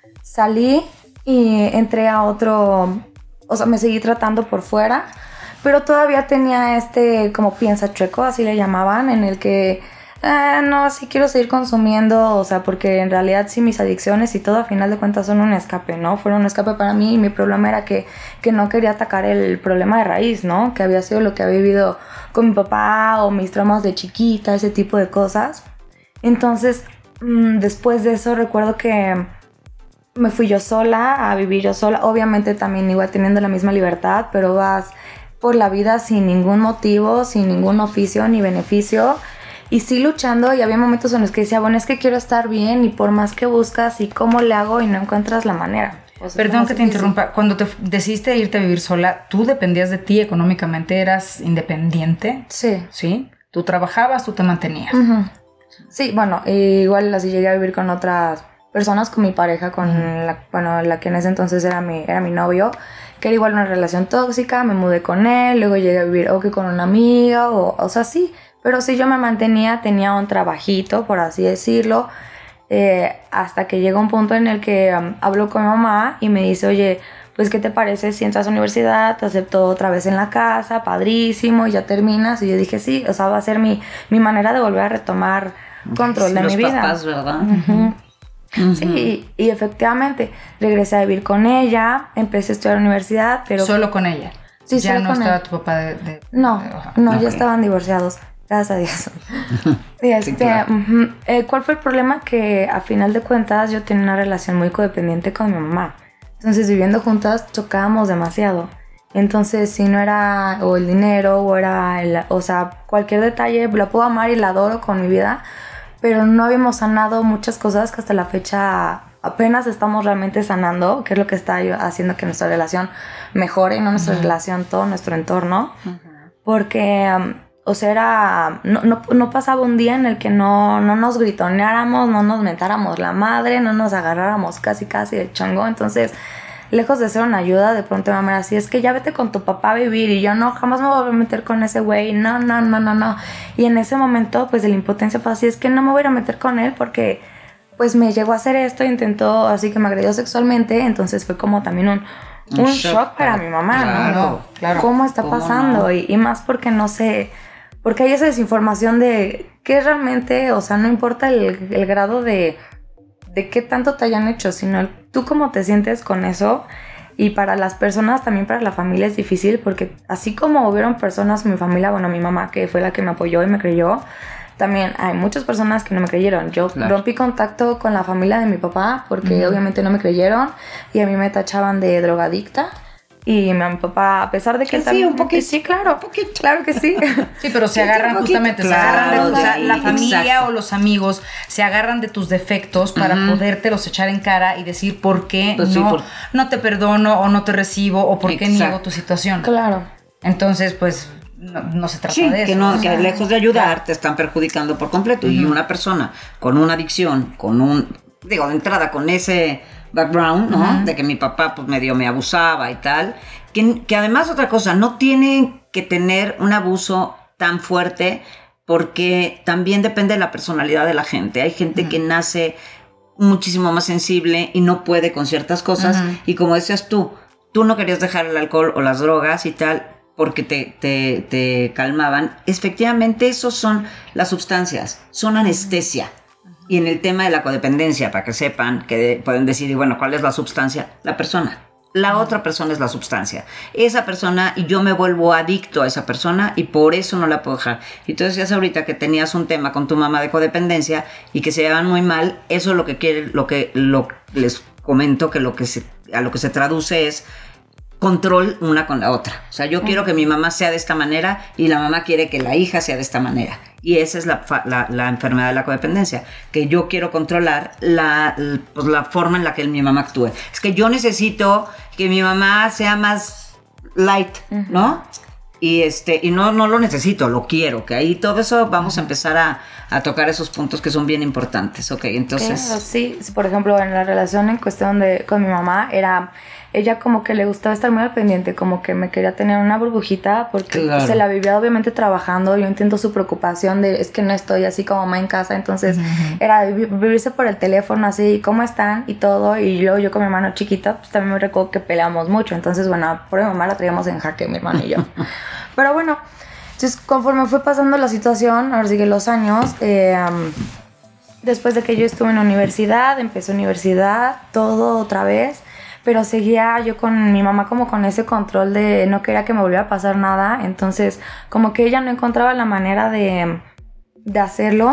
salí y entré a otro, o sea, me seguí tratando por fuera, pero todavía tenía este como piensa chueco, así le llamaban, en el que eh, no, sí quiero seguir consumiendo, o sea, porque en realidad sí mis adicciones y todo a final de cuentas son un escape, ¿no? Fueron un escape para mí y mi problema era que, que no quería atacar el problema de raíz, ¿no? Que había sido lo que había vivido con mi papá o mis traumas de chiquita, ese tipo de cosas. Entonces, mmm, después de eso recuerdo que me fui yo sola, a vivir yo sola, obviamente también igual teniendo la misma libertad, pero vas por la vida sin ningún motivo, sin ningún oficio ni beneficio, y sí luchando, y había momentos en los que decía, bueno, es que quiero estar bien, y por más que buscas, y cómo le hago, y no encuentras la manera. O sea, perdón que te interrumpa, cuando te decidiste irte a vivir sola, ¿tú dependías de ti económicamente? ¿Eras independiente? Sí. ¿Sí? ¿Tú trabajabas, tú te mantenías? Uh-huh. Sí, bueno, igual así llegué a vivir con otras personas, con mi pareja, con uh-huh. la, bueno, la que en ese entonces era mi, era mi novio, que era igual una relación tóxica, me mudé con él, luego llegué a vivir o que con una amiga, o, o sea, sí, pero sí yo me mantenía, tenía un trabajito, por así decirlo, eh, hasta que llegó un punto en el que um, hablo con mi mamá y me dice, oye, pues ¿qué te parece si entras a la universidad, te acepto otra vez en la casa, padrísimo, y ya terminas? Y yo dije, sí, o sea, va a ser mi, mi manera de volver a retomar control sí, de mi vida. Papás, ¿verdad? Uh-huh. Uh-huh. Sí, y, y efectivamente regresé a vivir con ella, empecé a estudiar en la universidad, pero... ¿Solo con ella? Sí, ya solo no con estaba él. tu papá de... de no, de, no, okay. ya estaban divorciados, gracias a Dios. Y este, sí, claro. uh-huh. eh, ¿Cuál fue el problema? Que a final de cuentas yo tenía una relación muy codependiente con mi mamá. Entonces viviendo juntas chocábamos demasiado. Entonces si no era o el dinero o era el, o sea, cualquier detalle, la puedo amar y la adoro con mi vida, pero no habíamos sanado muchas cosas que hasta la fecha apenas estamos realmente sanando, que es lo que está haciendo que nuestra relación mejore, y no nuestra uh-huh. relación, todo nuestro entorno. Uh-huh. Porque, um, o sea, era, no, no, no pasaba un día en el que no, no nos gritoneáramos, no nos mentáramos la madre, no nos agarráramos casi casi del chongo. Entonces, lejos de ser una ayuda, de pronto mi mamá era así, es que ya vete con tu papá a vivir, y yo no, jamás me voy a meter con ese güey, no, no, no, no, no. Y en ese momento, pues, de la impotencia fue así, es que no me voy a ir a meter con él porque, pues, me llegó a hacer esto, intentó, así que me agredió sexualmente, entonces fue como también un, un, un shock, shock para mi mamá, claro, ¿no? Claro. ¿Cómo está ¿Cómo pasando? No? Y, y más porque no sé, porque hay esa desinformación de que realmente, o sea, no importa el, el grado de... de qué tanto te hayan hecho, sino el, tú cómo te sientes con eso. Y para las personas, también para la familia es difícil, porque así como hubieron personas en mi familia, bueno, mi mamá que fue la que me apoyó y me creyó, también hay muchas personas que no me creyeron. Yo claro. rompí contacto con la familia de mi papá porque uh-huh. obviamente no me creyeron y a mí me tachaban de drogadicta. Y mi papá, a pesar de que sí, él también... un poquito, sí, claro, un poquito. Claro que sí. Sí, pero se agarran sí, justamente, claro, se agarran de, o sea, la familia exacto. o los amigos se agarran de tus defectos para uh-huh. podértelos echar en cara y decir por qué pues no, sí, por... no te perdono o no te recibo o por qué exacto. niego tu situación. Claro. Entonces, pues, no, no se trata sí, de eso. Que, no, o sea, que lejos de ayudar claro. te están perjudicando por completo. Uh-huh. Y una persona con una adicción, con un... Digo, de entrada, con ese background, ¿no? Uh-huh. De que mi papá, pues, medio me abusaba y tal... Que, que además otra cosa, no tienen que tener un abuso tan fuerte porque también depende de la personalidad de la gente. Hay gente uh-huh. que nace muchísimo más sensible y no puede con ciertas cosas. Uh-huh. Y como decías tú, tú no querías dejar el alcohol o las drogas y tal porque te, te, te calmaban. Efectivamente, esos son las sustancias, son anestesia. Uh-huh. Y en el tema de la codependencia, para que sepan, que de, pueden decir, bueno, ¿cuál es la sustancia? La persona. La otra persona es la sustancia. Esa persona, y yo me vuelvo adicto a esa persona y por eso no la puedo dejar. Y tú decías ahorita que tenías un tema con tu mamá de codependencia y que se llevan muy mal. Eso es lo que quiere, lo que lo, les comento que lo que se, a lo que se traduce es control una con la otra. O sea, yo quiero que mi mamá sea de esta manera y la mamá quiere que la hija sea de esta manera. Y esa es la, la, la enfermedad de la codependencia, que yo quiero controlar la, pues la forma en la que mi mamá actúe. Es que yo necesito que mi mamá sea más light, ¿no? Y este y no, no lo necesito, lo quiero, que ahí todo eso vamos a empezar a, a tocar esos puntos que son bien importantes, ¿ok? Entonces... Claro, sí, por ejemplo, en la relación en cuestión de con mi mamá, era... Ella como que le gustaba estar muy al pendiente, como que me quería tener una burbujita porque claro. se la vivía obviamente trabajando. Yo entiendo su preocupación de es que no estoy así como mamá en casa, entonces uh-huh. era vivirse por el teléfono así, ¿cómo están? Y todo, y luego yo con mi hermano chiquita, pues también me recuerdo que peleamos mucho, entonces bueno, por mi mamá la traíamos en jaque, mi hermano y yo. Pero bueno, entonces conforme fue pasando la situación, ahora sigue los años, eh, um, después de que yo estuve en la universidad, empecé universidad, todo otra vez, pero seguía yo con mi mamá como con ese control de no quería que me volviera a pasar nada, entonces como que ella no encontraba la manera de, de hacerlo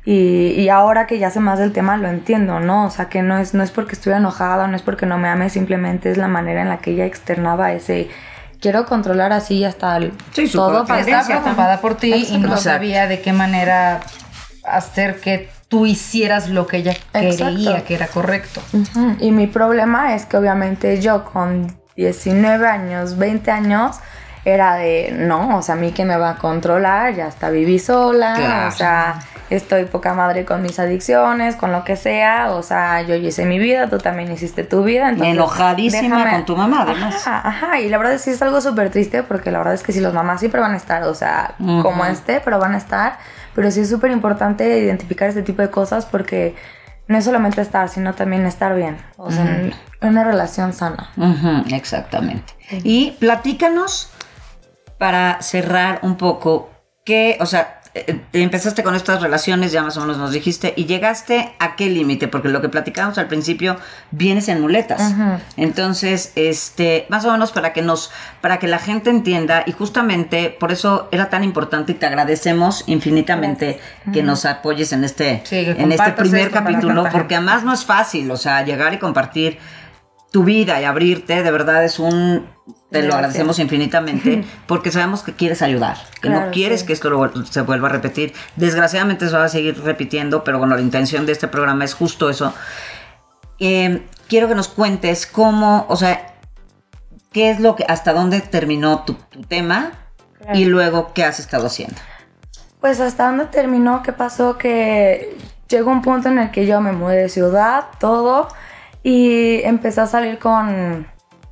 y, y ahora que ya sé más del tema lo entiendo, ¿no? O sea que no es, no es porque estuviera enojada, no es porque no me ame, simplemente es la manera en la que ella externaba ese... Quiero controlar así hasta el, sí, todo. Para estar preocupada por ti y no sabía de qué manera hacer que tú hicieras lo que ella Exacto. creía que era correcto. Uh-huh. Y mi problema es que obviamente yo con diecinueve años, veinte años, era de, no, o sea, a mí que me va a controlar, ya hasta viví sola, claro. o sea, estoy poca madre con mis adicciones, con lo que sea, o sea, yo hice mi vida, tú también hiciste tu vida. Entonces, enojadísima déjame... con tu mamá, además. Ajá, ajá, y la verdad es que es algo súper triste, porque la verdad es que sí, los mamás siempre van a estar, o sea, uh-huh. como esté, pero van a estar, pero sí es súper importante identificar este tipo de cosas, porque no es solamente estar, sino también estar bien, o sea, uh-huh. en una relación sana. Uh-huh, exactamente. Uh-huh. Y platícanos, para cerrar un poco, que, o sea, eh, empezaste con estas relaciones, ya más o menos nos dijiste, y llegaste a qué límite, porque lo que platicábamos al principio, vienes en muletas. Uh-huh. Entonces, este, más o menos para que nos, para que la gente entienda, y justamente por eso era tan importante y te agradecemos infinitamente uh-huh. que nos apoyes en este, sí, en este primer capítulo, porque además no es fácil, o sea, llegar y compartir tu vida y abrirte, de verdad es un... Te lo agradecemos infinitamente porque sabemos que quieres ayudar, que claro, no quieres sí. que esto lo, se vuelva a repetir. Desgraciadamente se va a seguir repitiendo, pero bueno, la intención de este programa es justo eso. Eh, quiero que nos cuentes cómo, o sea, qué es lo que, hasta dónde terminó tu, tu tema claro. y luego qué has estado haciendo. Pues hasta dónde terminó, qué pasó, que llegó un punto en el que yo me mudé de ciudad, todo, y empecé a salir con...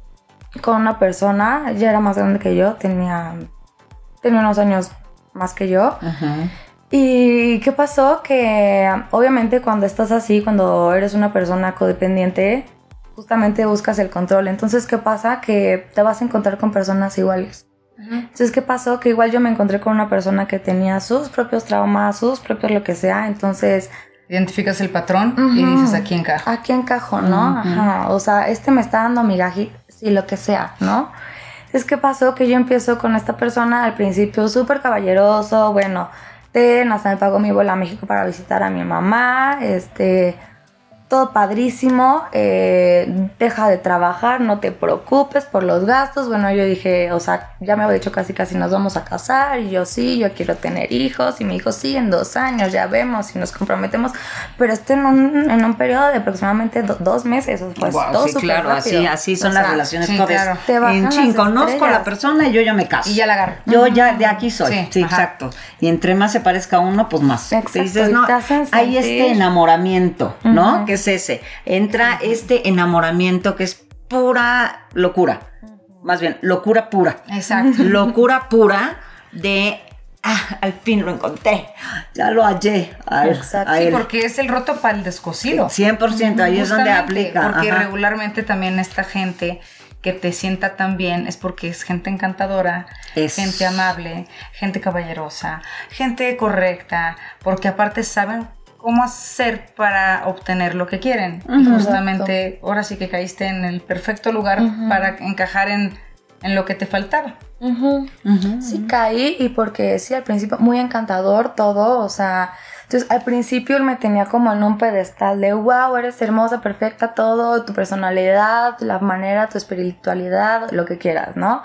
con una persona, ya era más grande que yo, tenía, tenía unos años más que yo. Uh-huh. ¿Y qué pasó? Que obviamente cuando estás así, cuando eres una persona codependiente, justamente buscas el control. Entonces, ¿qué pasa? Que te vas a encontrar con personas iguales. Uh-huh. Entonces, ¿qué pasó? Que igual yo me encontré con una persona que tenía sus propios traumas, sus propios lo que sea. Entonces, identificas el patrón Uh-huh. y dices, aquí encajo. Aquí encajo, ¿no? Uh-huh. Ajá. O sea, este me está dando migajas, sí, lo que sea, ¿no? Es que pasó que yo empiezo con esta persona al principio súper caballeroso, bueno, ten, hasta me pagó mi vuelo a México para visitar a mi mamá, este... todo padrísimo, eh, deja de trabajar, no te preocupes por los gastos. Bueno, yo dije, o sea, ya me había dicho casi casi nos vamos a casar, y yo sí, yo quiero tener hijos, y me dijo, sí, en dos años ya vemos si nos comprometemos, pero esto en un, en un periodo de aproximadamente do, dos meses, o pues wow, todo sí, súper claro, rápido. así, así son O las sea, relaciones sí, todas. claro. Te bajan En chin, las conozco a estrellas. la persona y yo ya me caso. Y ya la agarro. Yo ya de aquí soy, Sí, sí, ajá. exacto. Y entre más se parezca a uno, pues más. Exacto, Te dices, y no, te hacen hay sentir- este enamoramiento, ¿no? Ujú. ¿Qué es ese? Entra este enamoramiento que es pura locura. Más bien, locura pura. Exacto. Locura pura de, ah, al fin lo encontré, ya lo hallé. A, Exacto. a Sí, él. porque es el roto para el descosido. cien por ciento, ahí es donde Justamente, aplica. Porque Ajá. regularmente también esta gente que te sienta tan bien es porque es gente encantadora, Es- gente amable, gente caballerosa, gente correcta, porque aparte saben cómo hacer para obtener lo que quieren. Y justamente ahora sí que caíste en el perfecto lugar Ujú. para encajar en, en lo que te faltaba. Ujú. Ujú. Sí caí, y porque sí, al principio muy encantador todo, o sea, entonces al principio él me tenía como en un pedestal de wow, eres hermosa, perfecta, todo, tu personalidad, la manera, tu espiritualidad, lo que quieras, ¿no?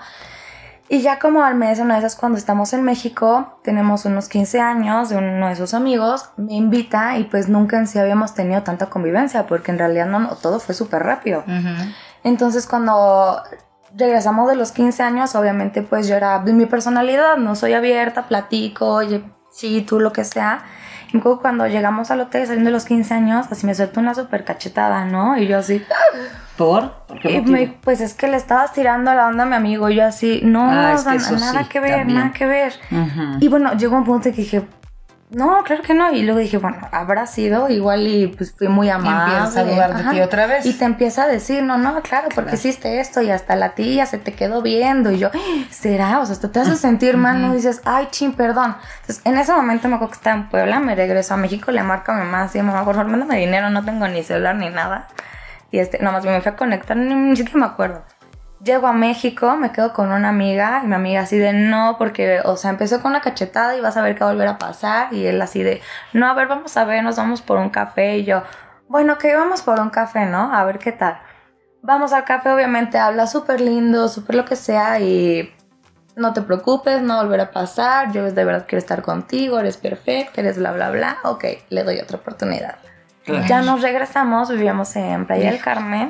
Y ya como al mes, una de esas, cuando estamos en México, tenemos unos quince años de uno de sus amigos, me invita, y pues nunca en sí habíamos tenido tanta convivencia, porque en realidad no, no todo fue súper rápido. Entonces cuando regresamos de los quince años, obviamente pues yo era de mi personalidad, no soy abierta, platico, oye, sí, tú lo que sea. Y me acuerdo cuando llegamos al hotel saliendo de los quince años, así me suelto una súper cachetada, ¿no? Y yo así... ¿Por? ¿Por qué Y motivo? me, pues es que le estabas tirando la onda a mi amigo, y yo así, no, Ah, o es sea, que eso nada sí, que ver, también. nada que ver. Ujú. Y bueno, llegó un punto en que dije, no, claro que no. Y luego dije, bueno, habrá sido igual, y pues fui muy amable. empiezas a dudar de Ajá. ti otra vez. Y te empieza a decir, no, no, claro, porque Claro. hiciste esto, y hasta la tía se te quedó viendo. Y yo, ¿será? O sea, esto te hace sentir mal, ¿no? Dices, ay, chin, perdón. Entonces, en ese momento me acuerdo que estaba en Puebla, me regreso a México, le marco a mi mamá, así, mamá, por favor, mándame dinero, no tengo ni celular ni nada. Y este, nomás me fui a conectar, ni, ni siquiera me acuerdo. Llego a México, me quedo con una amiga, y mi amiga así de no, porque, o sea, empezó con una cachetada y vas a ver qué va a volver a pasar. Y él así de, no, a ver, vamos a ver, nos vamos por un café. Y yo, bueno, que vamos por un café, ¿no? A ver qué tal. Vamos al café, obviamente habla súper lindo, súper lo que sea, y no te preocupes, no va a volver a pasar, yo de verdad quiero estar contigo, eres perfecta, eres bla, bla, bla. Ok, le doy otra oportunidad. Claro. Ya nos regresamos, vivíamos en Playa del Carmen.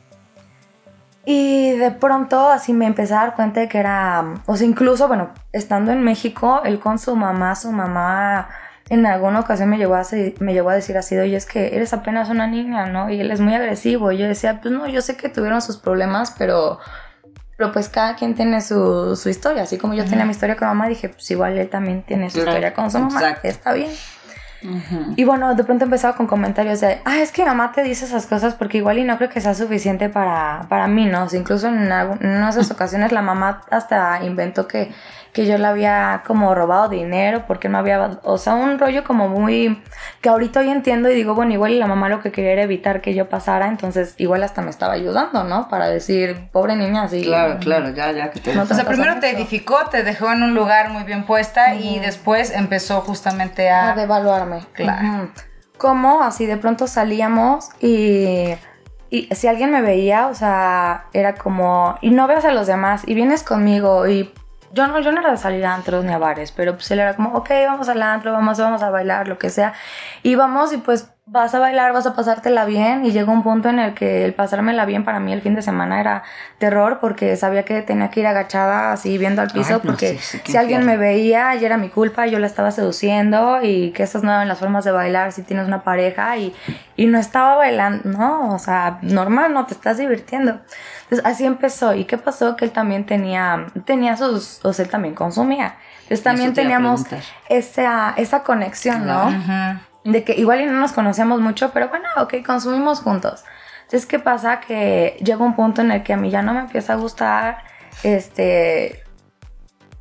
Y de pronto así me empecé a dar cuenta de que era, o sea, incluso, bueno, estando en México, él con su mamá, su mamá en alguna ocasión me llegó a, me llegó a decir así, oye, es que eres apenas una niña, ¿no? Y él es muy agresivo. Y yo decía, pues no, yo sé que tuvieron sus problemas, pero, pero pues cada quien tiene su, su historia. Así como yo uh-huh. tenía mi historia con mamá, dije, pues igual él también tiene su claro. historia con su mamá. Exacto. Está bien. Uh-huh. Y bueno, de pronto empezaba con comentarios de, ah, es que mamá te dice esas cosas porque igual y no creo que sea suficiente para, para mí, ¿no? O sea, incluso en, algún, en una de esas ocasiones la mamá hasta inventó que, que yo le había como robado dinero porque no había, o sea, un rollo como muy, que ahorita hoy entiendo y digo, bueno, igual y la mamá lo que quería era evitar que yo pasara, entonces igual hasta me estaba ayudando, ¿no? Para decir, pobre niña, así. Claro, claro, ya, ya que te... No te o sea, primero te edificó, te dejó en un lugar muy bien puesta uh-huh. y después empezó justamente a... A devaluarme. Claro. Uh-huh. Como así de pronto salíamos y... Y si alguien me veía, o sea, era como... Y no veas a los demás, y vienes conmigo, y... Yo no, yo no era de salir a antros ni a bares, pero pues él era como, ok, vamos al antro, vamos, vamos a bailar, lo que sea. Y vamos y pues vas a bailar, vas a pasártela bien. Y llegó un punto en el que el pasármela bien para mí el fin de semana era terror, porque sabía que tenía que ir agachada así viendo al piso. Ay, no, porque sí, sí, si alguien me veía, ya era mi culpa, yo la estaba seduciendo, y que esas no eran las formas de bailar si tienes una pareja. Y, y no estaba bailando, no, o sea, normal, no, te estás divirtiendo. Entonces así empezó. ¿Y qué pasó? Que él también tenía, tenía sus, o sea, él también consumía. Entonces también teníamos esa, esa conexión, ¿no? Uh-huh. De que igual y no nos conocíamos mucho, pero bueno, ok, consumimos juntos. Entonces, ¿qué pasa? Que llega un punto en el que a mí ya no me empieza a gustar, este...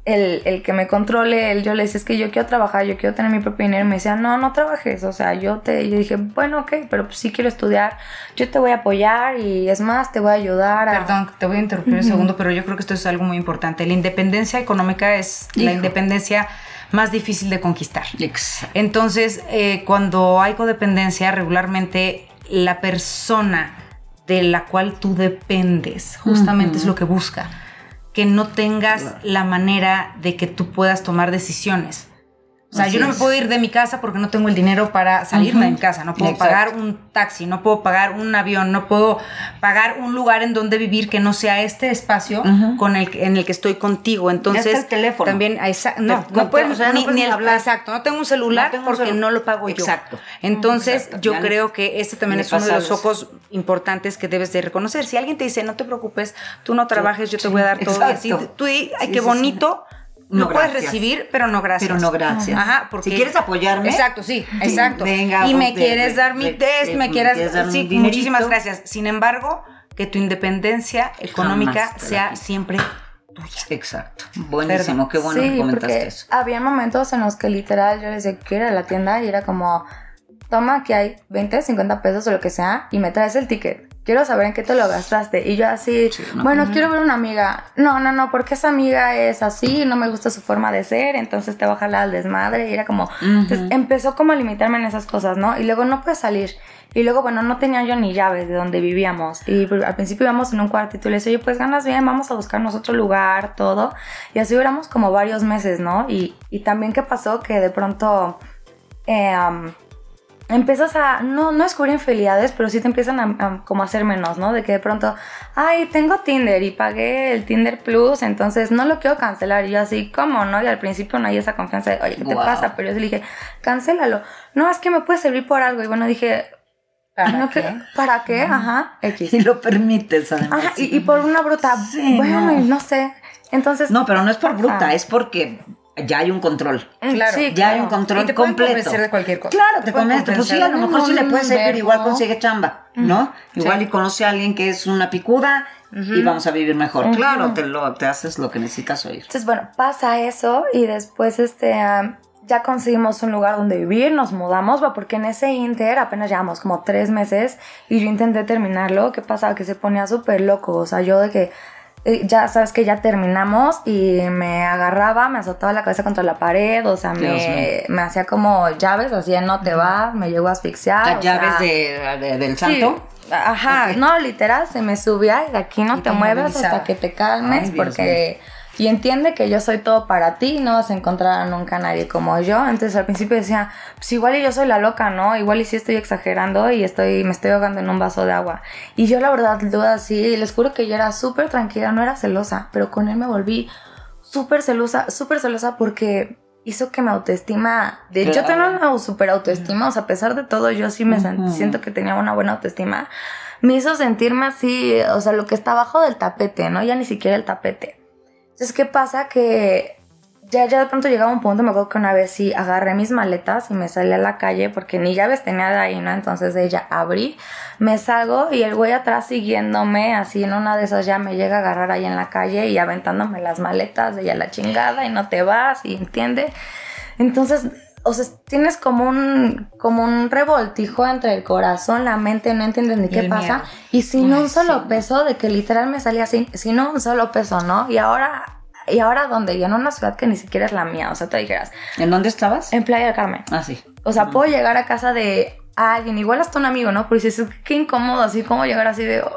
el, el que me controle, el, yo le decía, es que yo quiero trabajar, yo quiero tener mi propio dinero, y me decía, no, no trabajes, o sea, yo te, yo dije, bueno, ok, pero pues sí quiero estudiar, yo te voy a apoyar y es más, te voy a ayudar a... Perdón, te voy a interrumpir un segundo, pero yo creo que esto es algo muy importante. La independencia económica es Hijo. la independencia más difícil de conquistar. Exacto. Entonces, eh, cuando hay codependencia, regularmente la persona de la cual tú dependes justamente uh-huh. es lo que busca. Que no tengas claro. la manera de que tú puedas tomar decisiones. O sea, Así yo no es. me puedo ir de mi casa porque no tengo el dinero para salirme uh-huh. de mi casa. No puedo Exacto. pagar un taxi, no puedo pagar un avión, no puedo pagar un lugar en donde vivir que no sea este espacio uh-huh. con el, en el que estoy contigo. Entonces, ya está el teléfono. También, esa, no, no, no puedes, o sea, ni, no puedes ni, ni hablar. Exacto, no tengo un celular no tengo porque un... no lo pago yo. Exacto. Entonces, Exacto. yo ya creo le, que este también es uno de los focos importantes que debes de reconocer. Si alguien te dice, no te preocupes, tú no trabajes, yo te sí, voy a dar todo. Exacto. Y así, tú di, ay, sí, qué sí, bonito. Sí. No, No, puedes gracias. recibir, pero no gracias. Pero no gracias. Ajá, porque si quieres apoyarme. Exacto, sí, exacto. Venga, y me de, quieres de, dar mi de, test, de, me quieres, quieres dar sí, un muchísimas dinerito. gracias. Sin embargo, que tu independencia económica sea siempre tuya. Exacto. Buenísimo, qué bueno sí, que comentaste porque eso. Había momentos en los que literal yo les decía, quiero ir a la tienda y era como, toma, aquí hay veinte, cincuenta pesos o lo que sea y me traes el ticket. Quiero saber en qué te lo gastaste. Y yo así, sí, no, bueno, uh-huh. quiero ver una amiga. No, no, no, porque esa amiga es así, no me gusta su forma de ser, entonces te va a jalar al desmadre. Y era como, uh-huh. entonces empezó como a limitarme en esas cosas, ¿no? Y luego no puedes salir. Y luego, bueno, no tenía yo ni llaves de donde vivíamos. Y al principio íbamos en un cuartito y le decía, oye, pues ganas bien, vamos a buscarnos otro lugar, todo. Y así duramos como varios meses, ¿no? Y, y también, ¿qué pasó? Que de pronto... Eh, um, empiezas a, no, no descubrir infidelidades, pero sí te empiezan a, a como a hacer menos, ¿no? De que de pronto, ay, tengo Tinder y pagué el Tinder Plus, entonces no lo quiero cancelar. Y yo así, ¿cómo, no? Y al principio no hay esa confianza de, oye, ¿qué te wow. pasa? Pero yo sí le dije, cancélalo. No, es que me puede servir por algo. Y bueno, dije, ¿para no, qué? Que, ¿Para qué? No. X. X. Si lo permites, además. Ajá, y, y por una bruta, sí, bueno, no. y no sé. Entonces... No, pero no es por bruta, ah. es porque... ya hay un control. Claro, sí, ya claro. hay un control y te completo. Pueden convencer de cualquier cosa. Claro, te, te convence. Pues sí, a lo no, mejor no, sí le puede servir, verbo. igual consigue chamba, ¿no? Sí. Igual y conoce a alguien que es una picuda uh-huh. y vamos a vivir mejor. Uh-huh. Claro, te, lo, te haces lo que necesitas oír. Entonces, bueno, pasa eso y después este... Um, ya conseguimos un lugar donde vivir, nos mudamos, ¿va? Porque en ese inter apenas llevamos como tres meses y yo intenté terminarlo. ¿Qué pasaba? Que se ponía súper loco, o sea, yo de que eh, ya sabes que ya terminamos y me agarraba, me azotaba la cabeza contra la pared, o sea, me, me hacía como llaves, así de no te vas, me llegó a asfixiar. ¿Las llaves sea, de, de, del santo? Sí, ajá, okay. No, literal, se me subía y de aquí no y te mueves hasta que te calmes. Ay, porque... Mío. Y entiende que yo soy todo para ti, no vas a encontrar nunca a nadie como yo. Entonces al principio decía, pues igual y yo soy la loca, ¿no? Igual y sí estoy exagerando y estoy me estoy ahogando en un vaso de agua. Y yo la verdad duda así, les juro que yo era súper tranquila, no era celosa, pero con él me volví súper celosa, súper celosa porque hizo que mi autoestima, de claro. Yo tengo una súper autoestima, o sea, a pesar de todo yo sí me uh-huh. siento que tenía una buena autoestima. Me hizo sentirme así, o sea, lo que está abajo del tapete, ¿no? Ya ni siquiera el tapete. Entonces, ¿qué pasa? Que ya, ya de pronto llegaba un punto, me acuerdo que una vez sí agarré mis maletas y me salí a la calle porque ni llaves tenía de ahí, ¿no? Entonces ella abrí, me salgo y el güey atrás siguiéndome, así en una de esas ya me llega a agarrar ahí en la calle y aventándome las maletas de ella la chingada y no te vas, y entiende. Entonces, o sea, tienes como un, como un revoltijo entre el corazón, la mente, no entiendes ni qué pasa. Miedo. Y sin Ay, un solo sí. peso, de que literal me salía sin, sin un solo peso, ¿no? Y ahora, ¿y ahora dónde? Y en una ciudad que ni siquiera es la mía, o sea, te dijeras. ¿En dónde estabas? En Playa del Carmen. Ah, sí. O sea, uh-huh. puedo llegar a casa de alguien, igual hasta un amigo, ¿no? Pero dices, qué incómodo, así como llegar así de... Oh.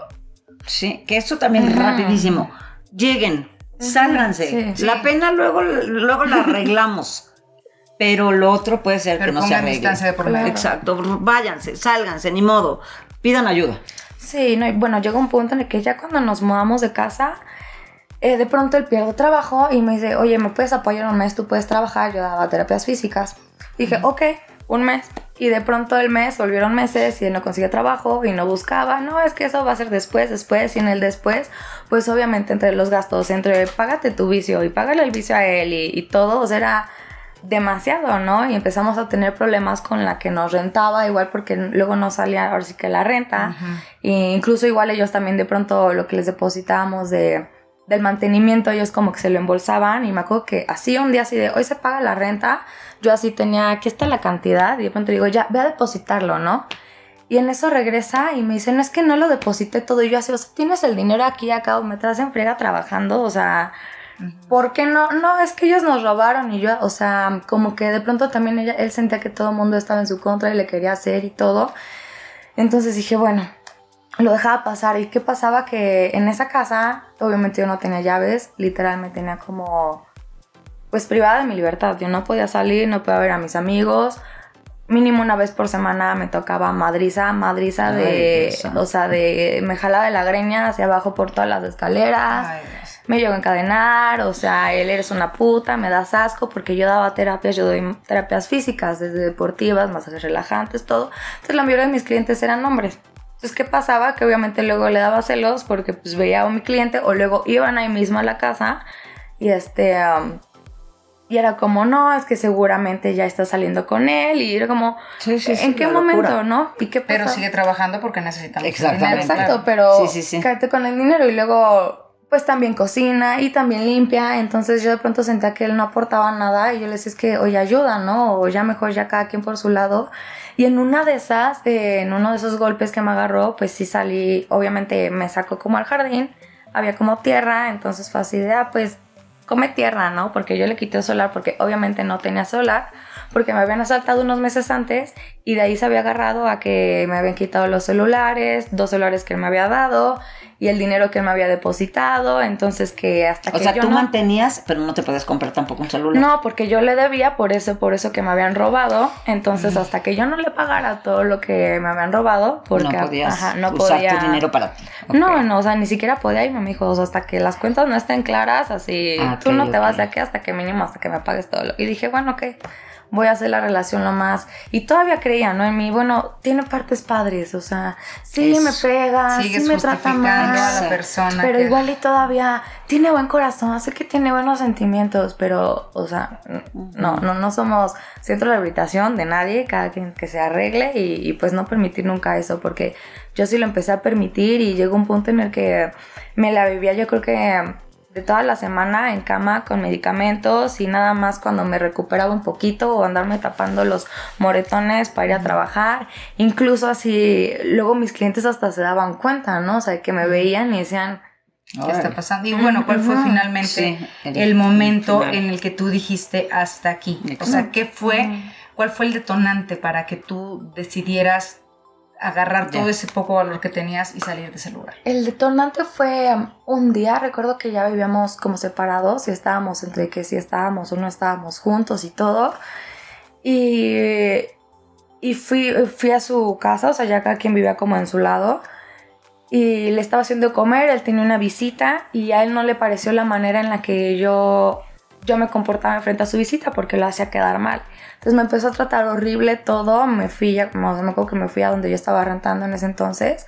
Sí, que esto también uh-huh. rapidísimo. Lleguen, uh-huh. sálganse. Sí, la sí. pena luego, luego la arreglamos. Pero lo otro puede ser Pero que no se arregle. Distancia de por medio. Exacto, váyanse, sálganse, ni modo, pidan ayuda. Sí, no, y bueno, llegó un punto en el que ya cuando nos mudamos de casa, eh, de pronto él pierde trabajo y me dice, oye, ¿me puedes apoyar un mes? ¿Tú puedes trabajar? Yo daba terapias físicas. Y dije, ok, un mes. Y de pronto el mes, volvieron meses y él no consigue trabajo y no buscaba. No, es que eso va a ser después, después. Y en el después, pues obviamente entre los gastos, entre págate tu vicio y págale el vicio a él y, y todo, o sea, era... demasiado, ¿no? Y empezamos a tener problemas con la que nos rentaba, igual porque luego no salía ahora sí que la renta, uh-huh. e incluso igual ellos también de pronto lo que les depositábamos de, del mantenimiento, ellos como que se lo embolsaban y me acuerdo que así un día así de, hoy se paga la renta, yo así tenía, aquí está la cantidad y de pronto digo, ya, ve a depositarlo, ¿no? Y en eso regresa y me dice, no, es que no lo deposité todo, y yo así, o sea, tienes el dinero aquí acá, o me traes en friega trabajando, o sea, ¿por qué no? No, es que ellos nos robaron y yo, o sea, como que de pronto también ella, él sentía que todo el mundo estaba en su contra y le quería hacer y todo, entonces dije, bueno, lo dejaba pasar. ¿Y qué pasaba? Que en esa casa, obviamente yo no tenía llaves, literal me tenía como, pues privada de mi libertad. Yo no podía salir, no podía ver a mis amigos. Mínimo una vez por semana me tocaba madriza, madriza de, Ay, o sea, de, me jalaba de la greña hacia abajo por todas las escaleras. Ay, me llegó a encadenar, o sea, él eres una puta, me das asco, porque yo daba terapias, yo doy terapias físicas, desde deportivas, masajes relajantes, todo. Entonces la mayoría de mis clientes eran hombres. Entonces, ¿qué pasaba? Que obviamente luego le daba celos porque pues veía a mi cliente o luego iban ahí mismo a la casa y este um, y era como, no, es que seguramente ya está saliendo con él y era como, sí, sí, sí, ¿en qué momento, locura, no? ¿Y qué pasa? Pero sigue trabajando porque necesitamos Exacto, dinero. Exacto, claro. pero sí, sí, sí. cállate con el dinero y luego pues también cocina y también limpia, entonces yo de pronto sentía que él no aportaba nada y yo le decía, es que oye, ayuda, ¿no? O ya mejor ya cada quien por su lado. Y en una de esas, eh, en uno de esos golpes que me agarró, pues sí salí, obviamente me sacó como al jardín, había como tierra, entonces fue así de, ah, pues come tierra, ¿no? Porque yo le quité el celular porque obviamente no tenía celular, porque me habían asaltado unos meses antes y de ahí se había agarrado a que me habían quitado los celulares, dos celulares que él me había dado y el dinero que él me había depositado, entonces que hasta que O sea, yo tú no... mantenías, pero no te podías comprar tampoco un celular. No, porque yo le debía por eso, por eso que me habían robado, entonces mm. hasta que yo no le pagara todo lo que me habían robado, porque no podías ajá, no usar podía... tu dinero para ti. Okay. No, no, o sea, ni siquiera podía irme, me dijo, o sea, hasta que las cuentas no estén claras, así, ah, tú okay, no te okay. vas de aquí hasta que mínimo, hasta que me pagues todo lo... Y dije, bueno, ok, voy a hacer la relación lo más... Y todavía creía, ¿no? En mí, bueno, tiene partes padres, o sea, sí es, me pega, sí me trata mal, a la persona pero que... igual y todavía tiene buen corazón, sé que tiene buenos sentimientos, pero, o sea, no, no, no somos centro de rehabilitación de nadie, cada quien que se arregle y, y pues no permitir nunca eso, porque yo sí lo empecé a permitir y llegó un punto en el que me la vivía, yo creo que... de toda la semana en cama con medicamentos y nada más cuando me recuperaba un poquito o andarme tapando los moretones para ir a trabajar. Incluso así, luego mis clientes hasta se daban cuenta, ¿no? O sea, que me veían y decían... ¿Qué está pasando? Y bueno, ¿cuál fue finalmente sí, el, el momento el en el que tú dijiste hasta aquí? O sea, ¿qué fue, cuál fue el detonante para que tú decidieras agarrar todo ese poco valor que tenías y salir de ese lugar? El detonante fue um, un día, recuerdo que ya vivíamos como separados y estábamos entre que si estábamos o no estábamos juntos y todo. Y, y fui, fui a su casa, o sea, ya cada quien vivía como en su lado. Y le estaba haciendo comer, él tenía una visita y a él no le pareció la manera en la que yo, yo me comportaba frente a su visita porque lo hacía quedar mal. Entonces me empezó a tratar horrible todo, me fui, ya, me acuerdo que me fui a donde yo estaba rentando en ese entonces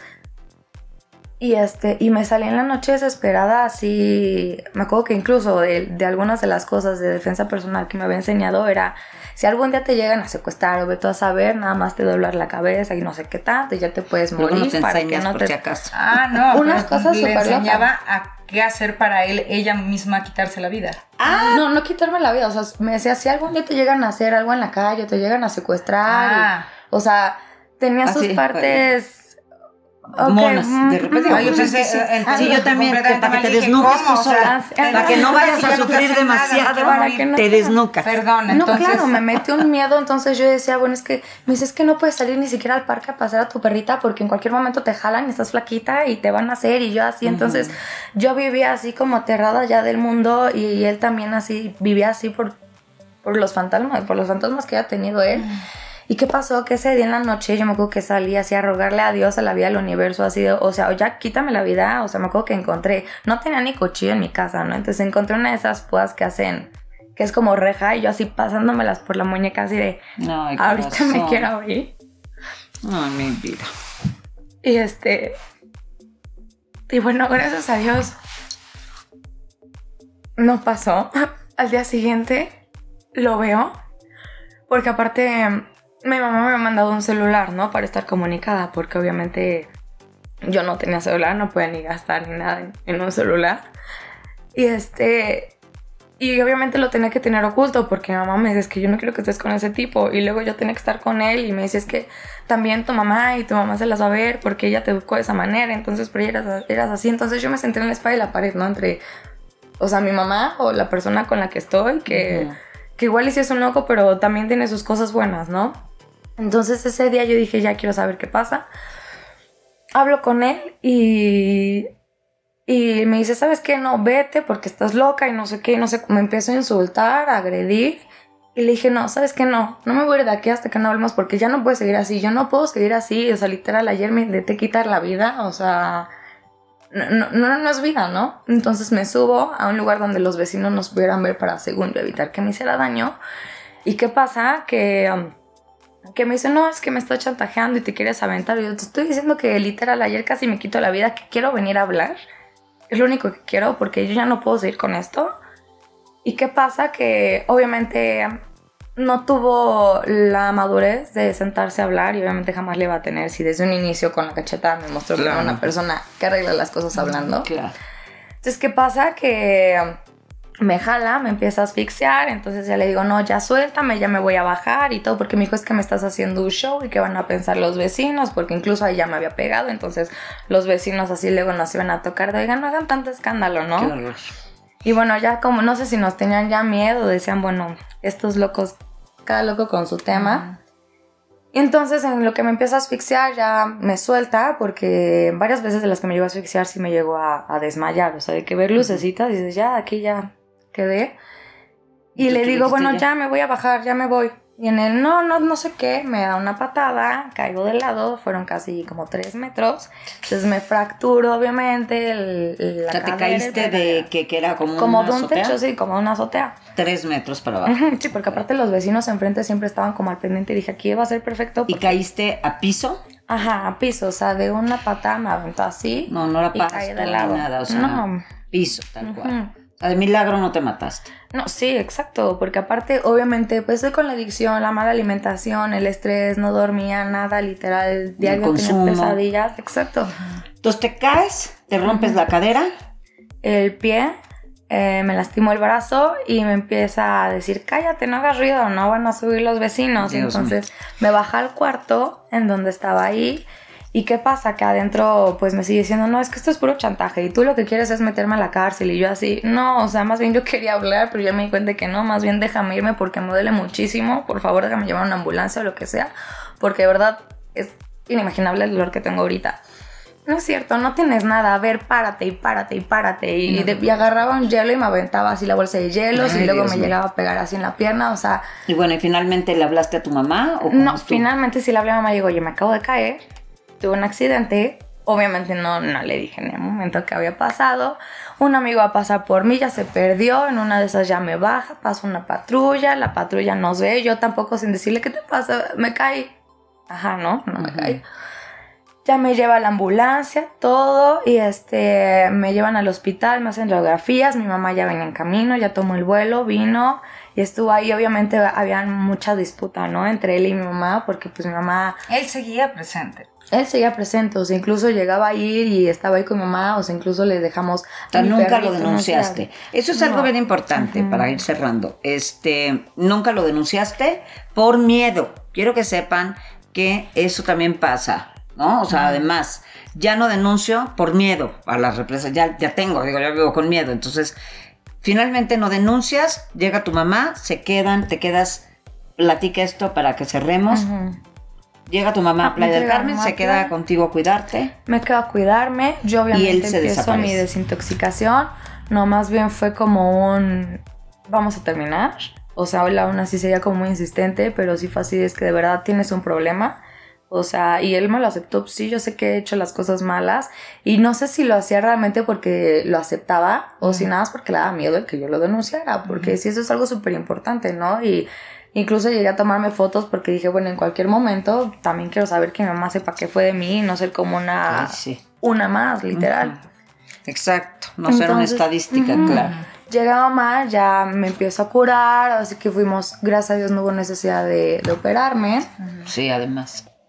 y, este, y me salí en la noche desesperada así, me acuerdo que incluso de, de algunas de las cosas de defensa personal que me había enseñado era, si algún día te llegan a secuestrar o vete a saber, nada más te doblar la cabeza y no sé qué tanto y ya te puedes morir. Luego no te para que no por te... si acaso. Ah, no, unas cosas le enseñaba loca. a qué hacer para él, ella misma quitarse la vida. Ah, no, no quitarme la vida, o sea, me decía, si algún día te llegan a hacer algo en la calle, te llegan a secuestrar, ah. y, o sea, tenía ah, sus sí, partes... Okay. Monas, de repente. Ay, yo pensé, sí, eh, sí, yo también, que para que te desnuques tú sola, para que no vayas a sufrir demasiado, para que no te desnucas. Perdón, entonces. No, claro, me metió un miedo, entonces yo decía, bueno, es que, me dice, es que no puedes salir ni siquiera al parque a pasear a tu perrita porque en cualquier momento te jalan y estás flaquita y te van a hacer y yo así, uh-huh. Entonces yo vivía así como aterrada ya del mundo y, y él también así, vivía así por, por los fantasmas, por los fantasmas que había tenido él. Uh-huh. ¿Y qué pasó? Que ese día en la noche yo me acuerdo que salí así a rogarle a Dios, a la vida, al universo, así de, o sea, o ya quítame la vida, o sea, me acuerdo que encontré, no tenía ni cuchillo en mi casa, ¿no? Entonces encontré una de esas púas que hacen, que es como reja, y yo así pasándomelas por la muñeca así de, Ay, ahorita corazón. Me quiero abrir. Ay, mi vida. Y este, y bueno, gracias a Dios, no pasó. Al día siguiente lo veo, porque aparte... mi mamá me ha mandado un celular, ¿no? Para estar comunicada, porque obviamente yo no tenía celular, no podía ni gastar ni nada en, en un celular. Y este... Y obviamente lo tenía que tener oculto porque mi mamá me dice, es que yo no quiero que estés con ese tipo. Y luego yo tenía que estar con él y me dice, es que también tu mamá y tu mamá se las va a ver porque ella te educó de esa manera. Entonces, pero ella eras, eras así. Entonces yo me senté en la espalda y la pared, ¿no? Entre, o sea, mi mamá o la persona con la que estoy, que, uh-huh. que igual y sí es un loco, pero también tiene sus cosas buenas, ¿no? Entonces ese día yo dije, ya quiero saber qué pasa. Hablo con él y... Y me dice, ¿sabes qué? No, vete porque estás loca y no sé qué, no sé, me empiezo a insultar, a agredir. Y le dije, no, ¿sabes qué? No, no me voy a ir de aquí hasta que no hablemos porque ya no puedo seguir así, yo no puedo seguir así, o sea, literal, ayer me intenté quitar la vida, o sea, no, no, no, no es vida, ¿no? Entonces me subo a un lugar donde los vecinos nos pudieran ver para, según yo, evitar que me hiciera daño. ¿Y qué pasa? Que... Um, que me dice, no, es que me está chantajeando y te quieres aventar. Y yo te estoy diciendo que literal, ayer casi me quito la vida, que quiero venir a hablar. Es lo único que quiero porque yo ya no puedo seguir con esto. ¿Y qué pasa? Que obviamente no tuvo la madurez de sentarse a hablar y obviamente jamás le va a tener si desde un inicio con la cachetada me mostró claro. que era una persona que arregla las cosas hablando. Claro. Entonces, ¿qué pasa? Que me jala, me empieza a asfixiar, entonces ya le digo, no, ya suéltame, ya me voy a bajar y todo, porque me dijo, es que me estás haciendo un show y qué van a pensar los vecinos, porque incluso ahí ya me había pegado, entonces los vecinos así luego nos iban a tocar de, oigan, no hagan tanto escándalo, ¿no? Qué horror. Y bueno, ya como, no sé si nos tenían ya miedo, decían, bueno, estos locos, cada loco con su tema. Uh-huh. Y entonces en lo que me empieza a asfixiar ya me suelta, porque varias veces de las que me llegó a asfixiar sí me llegó a, a desmayar, o sea, de que ver lucecitas y dices, ya, aquí ya... quedé y le digo, bueno, ya? ya me voy a bajar, ya me voy. Y en el no, no, no sé qué, me da una patada, caigo de lado, fueron casi como tres metros. Entonces me fracturo, obviamente, el, la o sea, te caíste el, de que, que era como, como una de un azotea. techo, sí, como una azotea. Tres metros para abajo. Sí, porque aparte los vecinos enfrente siempre estaban como al pendiente y dije, aquí va a ser perfecto. Porque... ¿Y caíste a piso? Ajá, a piso, o sea, de una patada me aventó así. No, no la pasto de lado. Ni nada, o sea, no. piso, tal uh-huh. cual. sea, de milagro no te mataste. No, sí, exacto, porque aparte, obviamente, pues estoy con la adicción, la mala alimentación, el estrés, no dormía nada, literal, diario tenía pesadillas, exacto. Entonces te caes, te rompes uh-huh. la cadera. El pie, eh, me lastimó el brazo y me empieza a decir, cállate, no hagas ruido, no van a subir los vecinos. Dios Entonces mío. Me baja al cuarto en donde estaba ahí. ¿Y qué pasa? Que adentro pues me sigue diciendo, no, es que esto es puro chantaje y tú lo que quieres es meterme a la cárcel. Y yo así, no, o sea, más bien yo quería hablar, pero ya me di cuenta que no, más bien déjame irme porque me duele muchísimo, por favor déjame llevar a una ambulancia o lo que sea, porque de verdad es inimaginable el dolor que tengo ahorita. No es cierto, no tienes nada, a ver, párate y párate y párate. Y, no. de, y agarraba un hielo y me aventaba así la bolsa de hielos. Ay, y luego Dios me mío. Llegaba a pegar así en la pierna, o sea... Y bueno, ¿y finalmente le hablaste a tu mamá? ¿O no, finalmente sí le hablé a mamá y digo, oye, me acabo de caer, tuve un accidente. Obviamente no, no le dije en el momento que había pasado. Un amigo va a pasar por mí, ya se perdió. En una de esas ya me baja, pasa una patrulla. La patrulla nos ve, yo tampoco sin decirle, ¿qué te pasa? Me caí. Ajá, no, no me uh-huh. caí. Ya me lleva a la ambulancia, todo, y este, me llevan al hospital, me hacen radiografías, mi mamá ya venía en camino, ya tomó el vuelo, vino, y estuvo ahí, obviamente había mucha disputa, ¿no? Entre él y mi mamá, porque pues mi mamá... Él seguía presente. Él seguía presente, o sea, incluso llegaba a ir y estaba ahí con mi mamá, o sea, incluso le dejamos... O sea, nunca perrito, lo denunciaste. No, Eso es no. algo bien importante uh-huh. para ir cerrando. Este, nunca lo denunciaste por miedo. Quiero que sepan que eso también pasa, ¿no? O sea, uh-huh. además, ya no denuncio por miedo a las represas, ya, ya tengo, digo, ya vivo con miedo, entonces, finalmente no denuncias, llega tu mamá, se quedan, te quedas, platica esto para que cerremos, uh-huh. llega tu mamá a Playa del Carmen, se queda contigo a cuidarte. Me quedo a cuidarme, yo obviamente y él se empiezo desaparece. Mi desintoxicación, no, más bien fue como un, vamos a terminar, o sea, hoy aún así sería como muy insistente, pero sí fue así, es que de verdad tienes un problema. O sea, y él me lo aceptó, sí, yo sé que he hecho las cosas malas y no sé si lo hacía realmente porque lo aceptaba o uh-huh. si nada más porque le daba miedo el que yo lo denunciara, porque uh-huh. sí, eso es algo súper importante, ¿no? Y incluso llegué a tomarme fotos porque dije, bueno, en cualquier momento también quiero saber que mi mamá sepa qué fue de mí y no ser como una, sí, sí. una más, literal. Uh-huh. Exacto, no Entonces, ser una estadística, uh-huh. claro. Llega mamá, ya me empiezo a curar, así que fuimos, gracias a Dios no hubo necesidad de, de operarme. Uh-huh. Sí, además.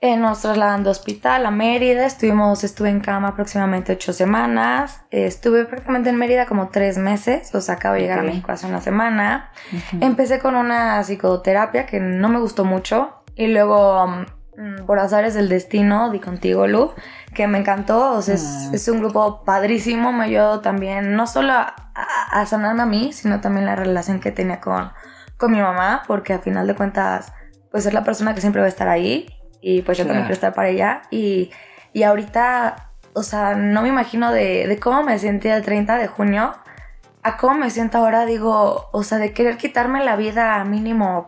Eh, nos trasladan de hospital a Mérida, estuvimos, estuve en cama aproximadamente ocho semanas, eh, estuve prácticamente en Mérida como tres meses, o sea, acabo de llegar okay. a México hace una semana. Uh-huh. Empecé con una psicoterapia que no me gustó mucho y luego, um, por azares del destino, di contigo, Lu, que me encantó, o sea, uh-huh. es, es un grupo padrísimo, me ayudó también no solo a, a, a sanarme a mí, sino también la relación que tenía con, con mi mamá, porque a final de cuentas, pues es la persona que siempre va a estar ahí. Y pues yo claro. también quiero estar para ella. Y, y ahorita, o sea, no me imagino de, de cómo me sentí el treinta de junio a cómo me siento ahora. Digo, o sea, de querer quitarme la vida mínimo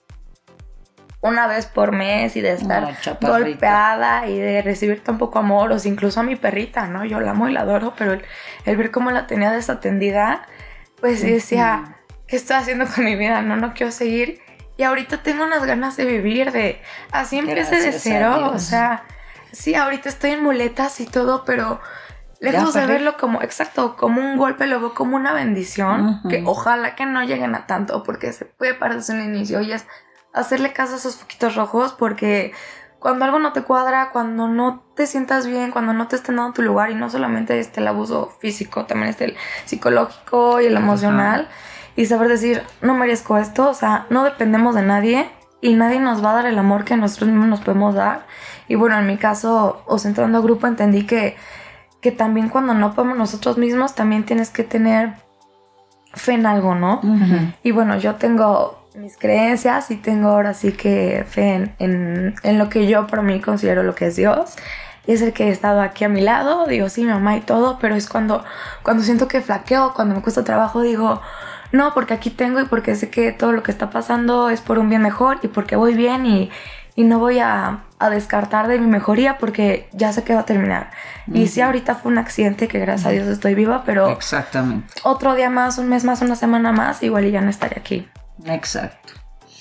una vez por mes y de estar no, golpeada y de recibir tan poco amor. O sea, incluso a mi perrita, ¿no? Yo la amo y la adoro, pero el, el ver cómo la tenía desatendida, pues sí decía, ¿qué estoy haciendo con mi vida? No, no quiero seguir. Y ahorita tengo unas ganas de vivir, de así empecé de cero, o sea, sí, ahorita estoy en muletas y todo, pero lejos de verlo como, exacto, como un golpe, lo veo como una bendición, uh-huh. que ojalá que no lleguen a tanto, porque se puede parecer un inicio, y es hacerle caso a esos foquitos rojos, porque cuando algo no te cuadra, cuando no te sientas bien, cuando no te estén dando tu lugar, y no solamente este el abuso físico, también este el psicológico y el emocional, uh-huh. Y saber decir, no merezco esto, o sea, no dependemos de nadie y nadie nos va a dar el amor que nosotros mismos nos podemos dar. Y bueno, en mi caso, o sea, entrando a grupo, entendí que, que también cuando no podemos nosotros mismos, también tienes que tener fe en algo, ¿no? Uh-huh. Y bueno, yo tengo mis creencias y tengo ahora sí que fe en, en, en lo que yo para mí considero lo que es Dios. Y es el que he estado aquí a mi lado, digo, sí, mi mamá y todo, pero es cuando, cuando siento que flaqueo, cuando me cuesta trabajo, digo... No, porque aquí tengo y porque sé que todo lo que está pasando es por un bien mejor y porque voy bien y, y no voy a, a descartar de mi mejoría porque ya sé que va a terminar. Uh-huh. Y sí, ahorita fue un accidente que gracias uh-huh. a Dios estoy viva, pero... Exactamente. Otro día más, un mes más, una semana más, igual y ya no estaré aquí. Exacto.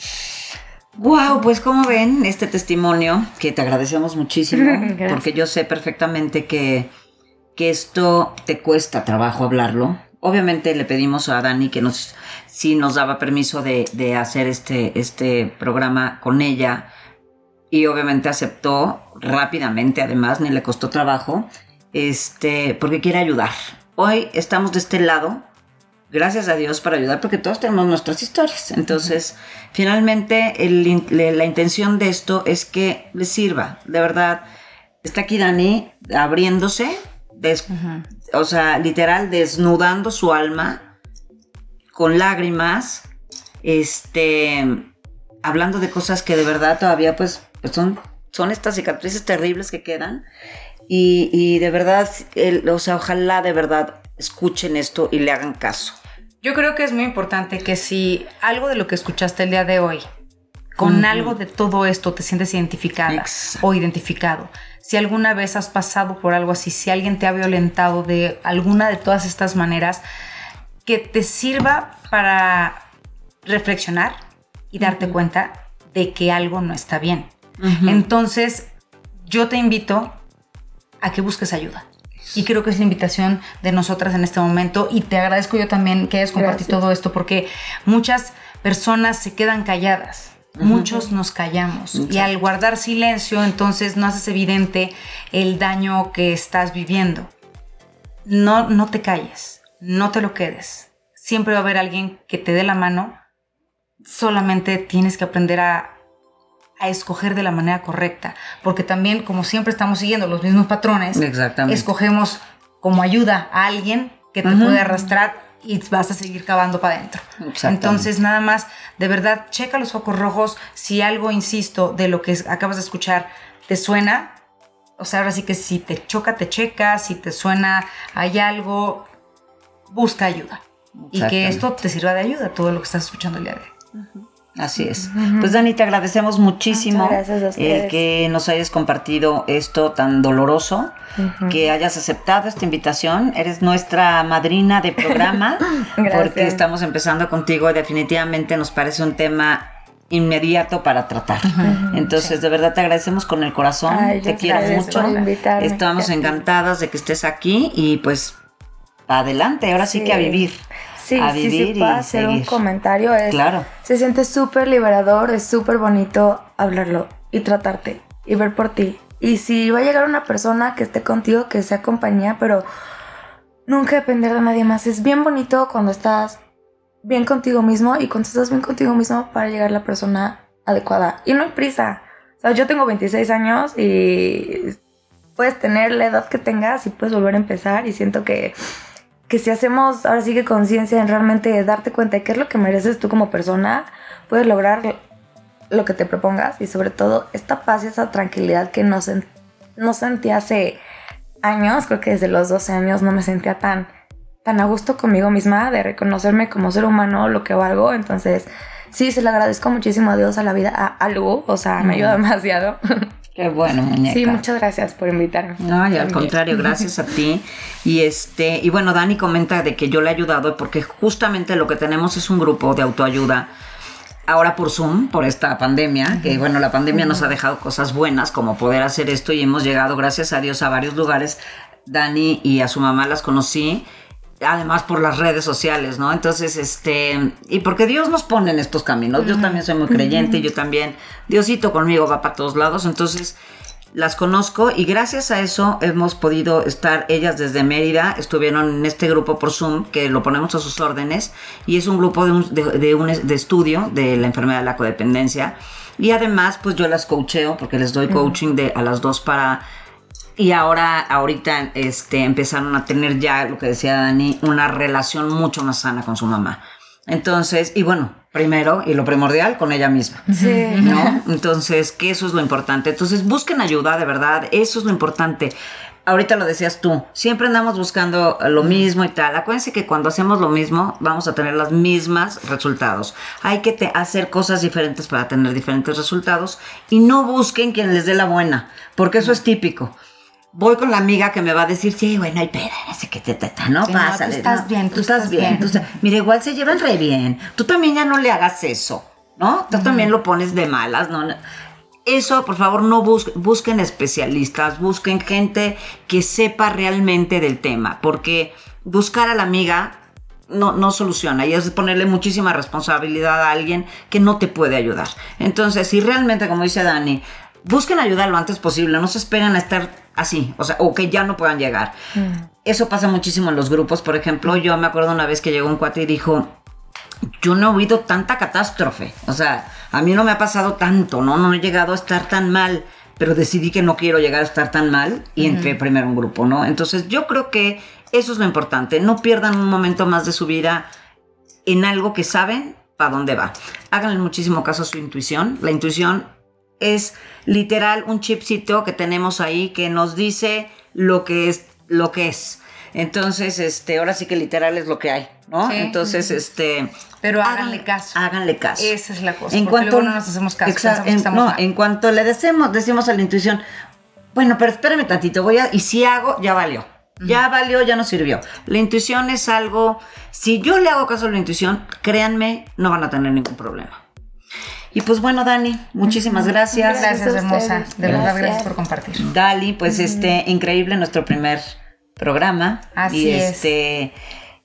Wow, pues como ven este testimonio, que te agradecemos muchísimo, porque yo sé perfectamente que, que esto te cuesta trabajo hablarlo. Obviamente le pedimos a Dani que nos, si nos daba permiso de, de hacer este, este programa con ella y obviamente aceptó rápidamente, además, ni le costó trabajo, este, porque quiere ayudar. Hoy estamos de este lado, gracias a Dios, para ayudar, porque todos tenemos nuestras historias. Entonces, uh-huh. finalmente, el, la intención de esto es que les sirva, de verdad. Está aquí Dani abriéndose, des, uh-huh. o sea, literal desnudando su alma con lágrimas, este, hablando de cosas que de verdad todavía pues, pues son, son estas cicatrices terribles que quedan y, y de verdad, el, o sea, ojalá de verdad escuchen esto y le hagan caso. Yo creo que es muy importante que si algo de lo que escuchaste el día de hoy, con uh-huh. algo de todo esto te sientes identificada Exacto. o identificado, si alguna vez has pasado por algo así, si alguien te ha violentado de alguna de todas estas maneras, que te sirva para reflexionar y darte uh-huh. cuenta de que algo no está bien. Uh-huh. Entonces, yo te invito a que busques ayuda. Y creo que es la invitación de nosotras en este momento. Y te agradezco yo también que hayas compartido Gracias. Todo esto, porque muchas personas se quedan calladas. Uh-huh. Muchos nos callamos Exacto. y al guardar silencio entonces no haces evidente el daño que estás viviendo. No, no te calles, no te lo quedes. Siempre va a haber alguien que te dé la mano. Solamente tienes que aprender a, a escoger de la manera correcta, porque también, como siempre estamos siguiendo los mismos patrones, Exactamente. Escogemos como ayuda a alguien que te uh-huh. puede arrastrar y vas a seguir cavando para adentro. Entonces, nada más, de verdad, checa los focos rojos. Si algo, insisto, de lo que acabas de escuchar te suena, o sea, ahora sí que si te choca, te checa, si te suena, hay algo, busca ayuda. Y que esto te sirva de ayuda, todo lo que estás escuchando el día de hoy. Uh-huh. Así es. Uh-huh. Pues Dani, te agradecemos muchísimo el que nos hayas compartido esto tan doloroso, uh-huh. que hayas aceptado esta invitación. Eres nuestra madrina de programa porque estamos empezando contigo y definitivamente nos parece un tema inmediato para tratar. Uh-huh. Entonces, sí. de verdad te agradecemos con el corazón. Ay, te quiero mucho. Estamos encantadas de que estés aquí y pues adelante, ahora sí, sí que a vivir. Sí, a vivir sí, sí, puedo hacer seguir. Un comentario. Es, claro. Se siente súper liberador, es súper bonito hablarlo y tratarte. y ver por ti. Y si va a llegar una persona que esté contigo, que sea compañía, pero nunca depender de nadie más. Es bien bonito cuando estás bien contigo mismo y cuando estás bien contigo mismo para llegar a la persona adecuada. Y no hay prisa. O sea, yo tengo veintiséis años y puedes tener la edad que tengas y puedes volver a empezar. Y siento que, que si hacemos ahora sí que conciencia en realmente darte cuenta de qué es lo que mereces tú como persona, puedes lograr lo que te propongas. Y sobre todo esta paz y esa tranquilidad que no, sent- no sentí hace años. Creo que desde los doce años no me sentía tan, tan a gusto conmigo misma, de reconocerme como ser humano, lo que valgo. Entonces sí, se le agradezco muchísimo a Dios, a la vida, a, a Lu, o sea, me ayuda demasiado. Qué bueno, muñeca. Sí, muchas gracias por invitarme. No, y al También. contrario, gracias a ti. Y este, y bueno, Dani comenta de que yo le he ayudado porque justamente lo que tenemos es un grupo de autoayuda. Ahora por Zoom, por esta pandemia, que bueno, la pandemia nos ha dejado cosas buenas como poder hacer esto y hemos llegado, gracias a Dios, a varios lugares. Dani y a su mamá las conocí, además por las redes sociales, ¿no? Entonces, este, y porque Dios nos pone en estos caminos. Yo también soy muy creyente, yo también, Diosito conmigo va para todos lados, entonces las conozco y gracias a eso hemos podido estar, ellas desde Mérida, estuvieron en este grupo por Zoom, que lo ponemos a sus órdenes, y es un grupo de, un, de, de, un, de estudio de la enfermedad de la codependencia, y además, pues yo las coacheo, porque les doy coaching de, a las dos para... Y ahora, ahorita, este, empezaron a tener ya, lo que decía Dani, una relación mucho más sana con su mamá. Entonces, y bueno, primero, y lo primordial, con ella misma. Sí. ¿No? Entonces, que eso es lo importante. Entonces, busquen ayuda, de verdad, eso es lo importante. Ahorita lo decías tú, siempre andamos buscando lo mismo y tal. Acuérdense que cuando hacemos lo mismo, vamos a tener los mismos resultados. Hay que te- hacer cosas diferentes para tener diferentes resultados y no busquen quien les dé la buena, porque eso es típico. Voy con la amiga que me va a decir, sí, bueno, hay peda, no sé qué te teta, ¿no? Sí, no, Pásale. tú estás ¿no? bien, tú estás bien. Tú estás... Mira, igual se llevan re bien. Tú también ya no le hagas eso, ¿no? Tú uh-huh. también lo pones de malas, ¿no? Eso, por favor, no bus- busquen especialistas, busquen gente que sepa realmente del tema, porque buscar a la amiga no, no soluciona y es ponerle muchísima responsabilidad a alguien que no te puede ayudar. Entonces, si realmente, como dice Dani, busquen ayuda lo antes posible, no se esperen a estar así, o sea, o que ya no puedan llegar. Mm. Eso pasa muchísimo en los grupos, por ejemplo, yo me acuerdo una vez que llegó un cuate y dijo, yo no he oído tanta catástrofe, o sea, a mí no me ha pasado tanto, ¿no? No he llegado a estar tan mal, pero decidí que no quiero llegar a estar tan mal y mm. entré primero en un grupo, ¿no? Entonces yo creo que eso es lo importante, no pierdan un momento más de su vida en algo que saben para dónde va. Háganle muchísimo caso a su intuición, la intuición es literal un chipcito que tenemos ahí que nos dice lo que es, lo que es. Entonces, este, ahora sí que literal es lo que hay, ¿no? Sí. Entonces, este... Pero háganle hagan, caso. Háganle caso. Esa es la cosa. En porque cuanto, luego no nos hacemos caso. Exa- en, no, mal. en cuanto le decimos, decimos a la intuición, bueno, pero espérame tantito, voy a... Y si hago, ya valió. Uh-huh. Ya valió, ya no sirvió. La intuición es algo... Si yo le hago caso a la intuición, créanme, no van a tener ningún problema. Y pues bueno, Dani, muchísimas gracias. Gracias, gracias hermosa. De verdad, gracias. gracias por compartir. Dali, pues uh-huh. este, increíble nuestro primer programa. Así y es. Este,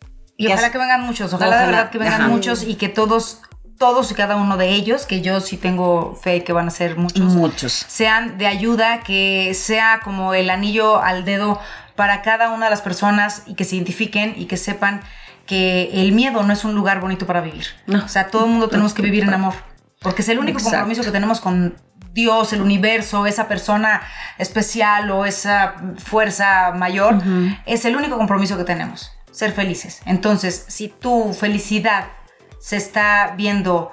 y ojalá has... que vengan muchos, ojalá, ojalá de verdad que vengan ajá. muchos y que todos, todos y cada uno de ellos, que yo sí tengo fe que van a ser muchos, muchos, sean de ayuda, que sea como el anillo al dedo para cada una de las personas y que se identifiquen y que sepan que el miedo no es un lugar bonito para vivir. No. O sea, todo el mundo tenemos que vivir en amor. Porque es el único Exacto. compromiso que tenemos con Dios, el universo, esa persona especial o esa fuerza mayor. Uh-huh. Es el único compromiso que tenemos, ser felices. Entonces, si tu felicidad se está viendo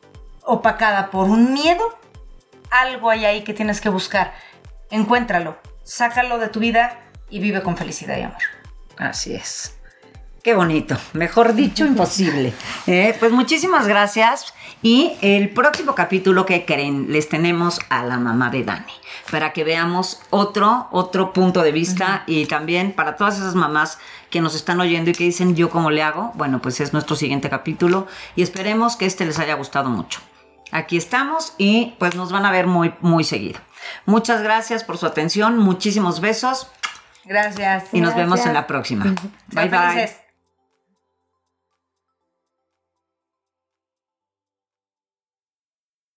opacada por un miedo, algo hay ahí que tienes que buscar. Encuéntralo, sácalo de tu vida y vive con felicidad y amor. Así es. Qué bonito, mejor dicho, imposible. Eh, pues muchísimas gracias. Y el próximo capítulo, que creen, les tenemos a la mamá de Dani, para que veamos otro, otro punto de vista. Uh-huh. Y también para todas esas mamás que nos están oyendo y que dicen, ¿yo cómo le hago? Bueno, pues es nuestro siguiente capítulo y esperemos que este les haya gustado mucho. Aquí estamos y pues nos van a ver muy, muy seguido. Muchas gracias por su atención, muchísimos besos. Gracias. Y nos gracias. vemos en la próxima. Uh-huh. Bye, bye. Felices.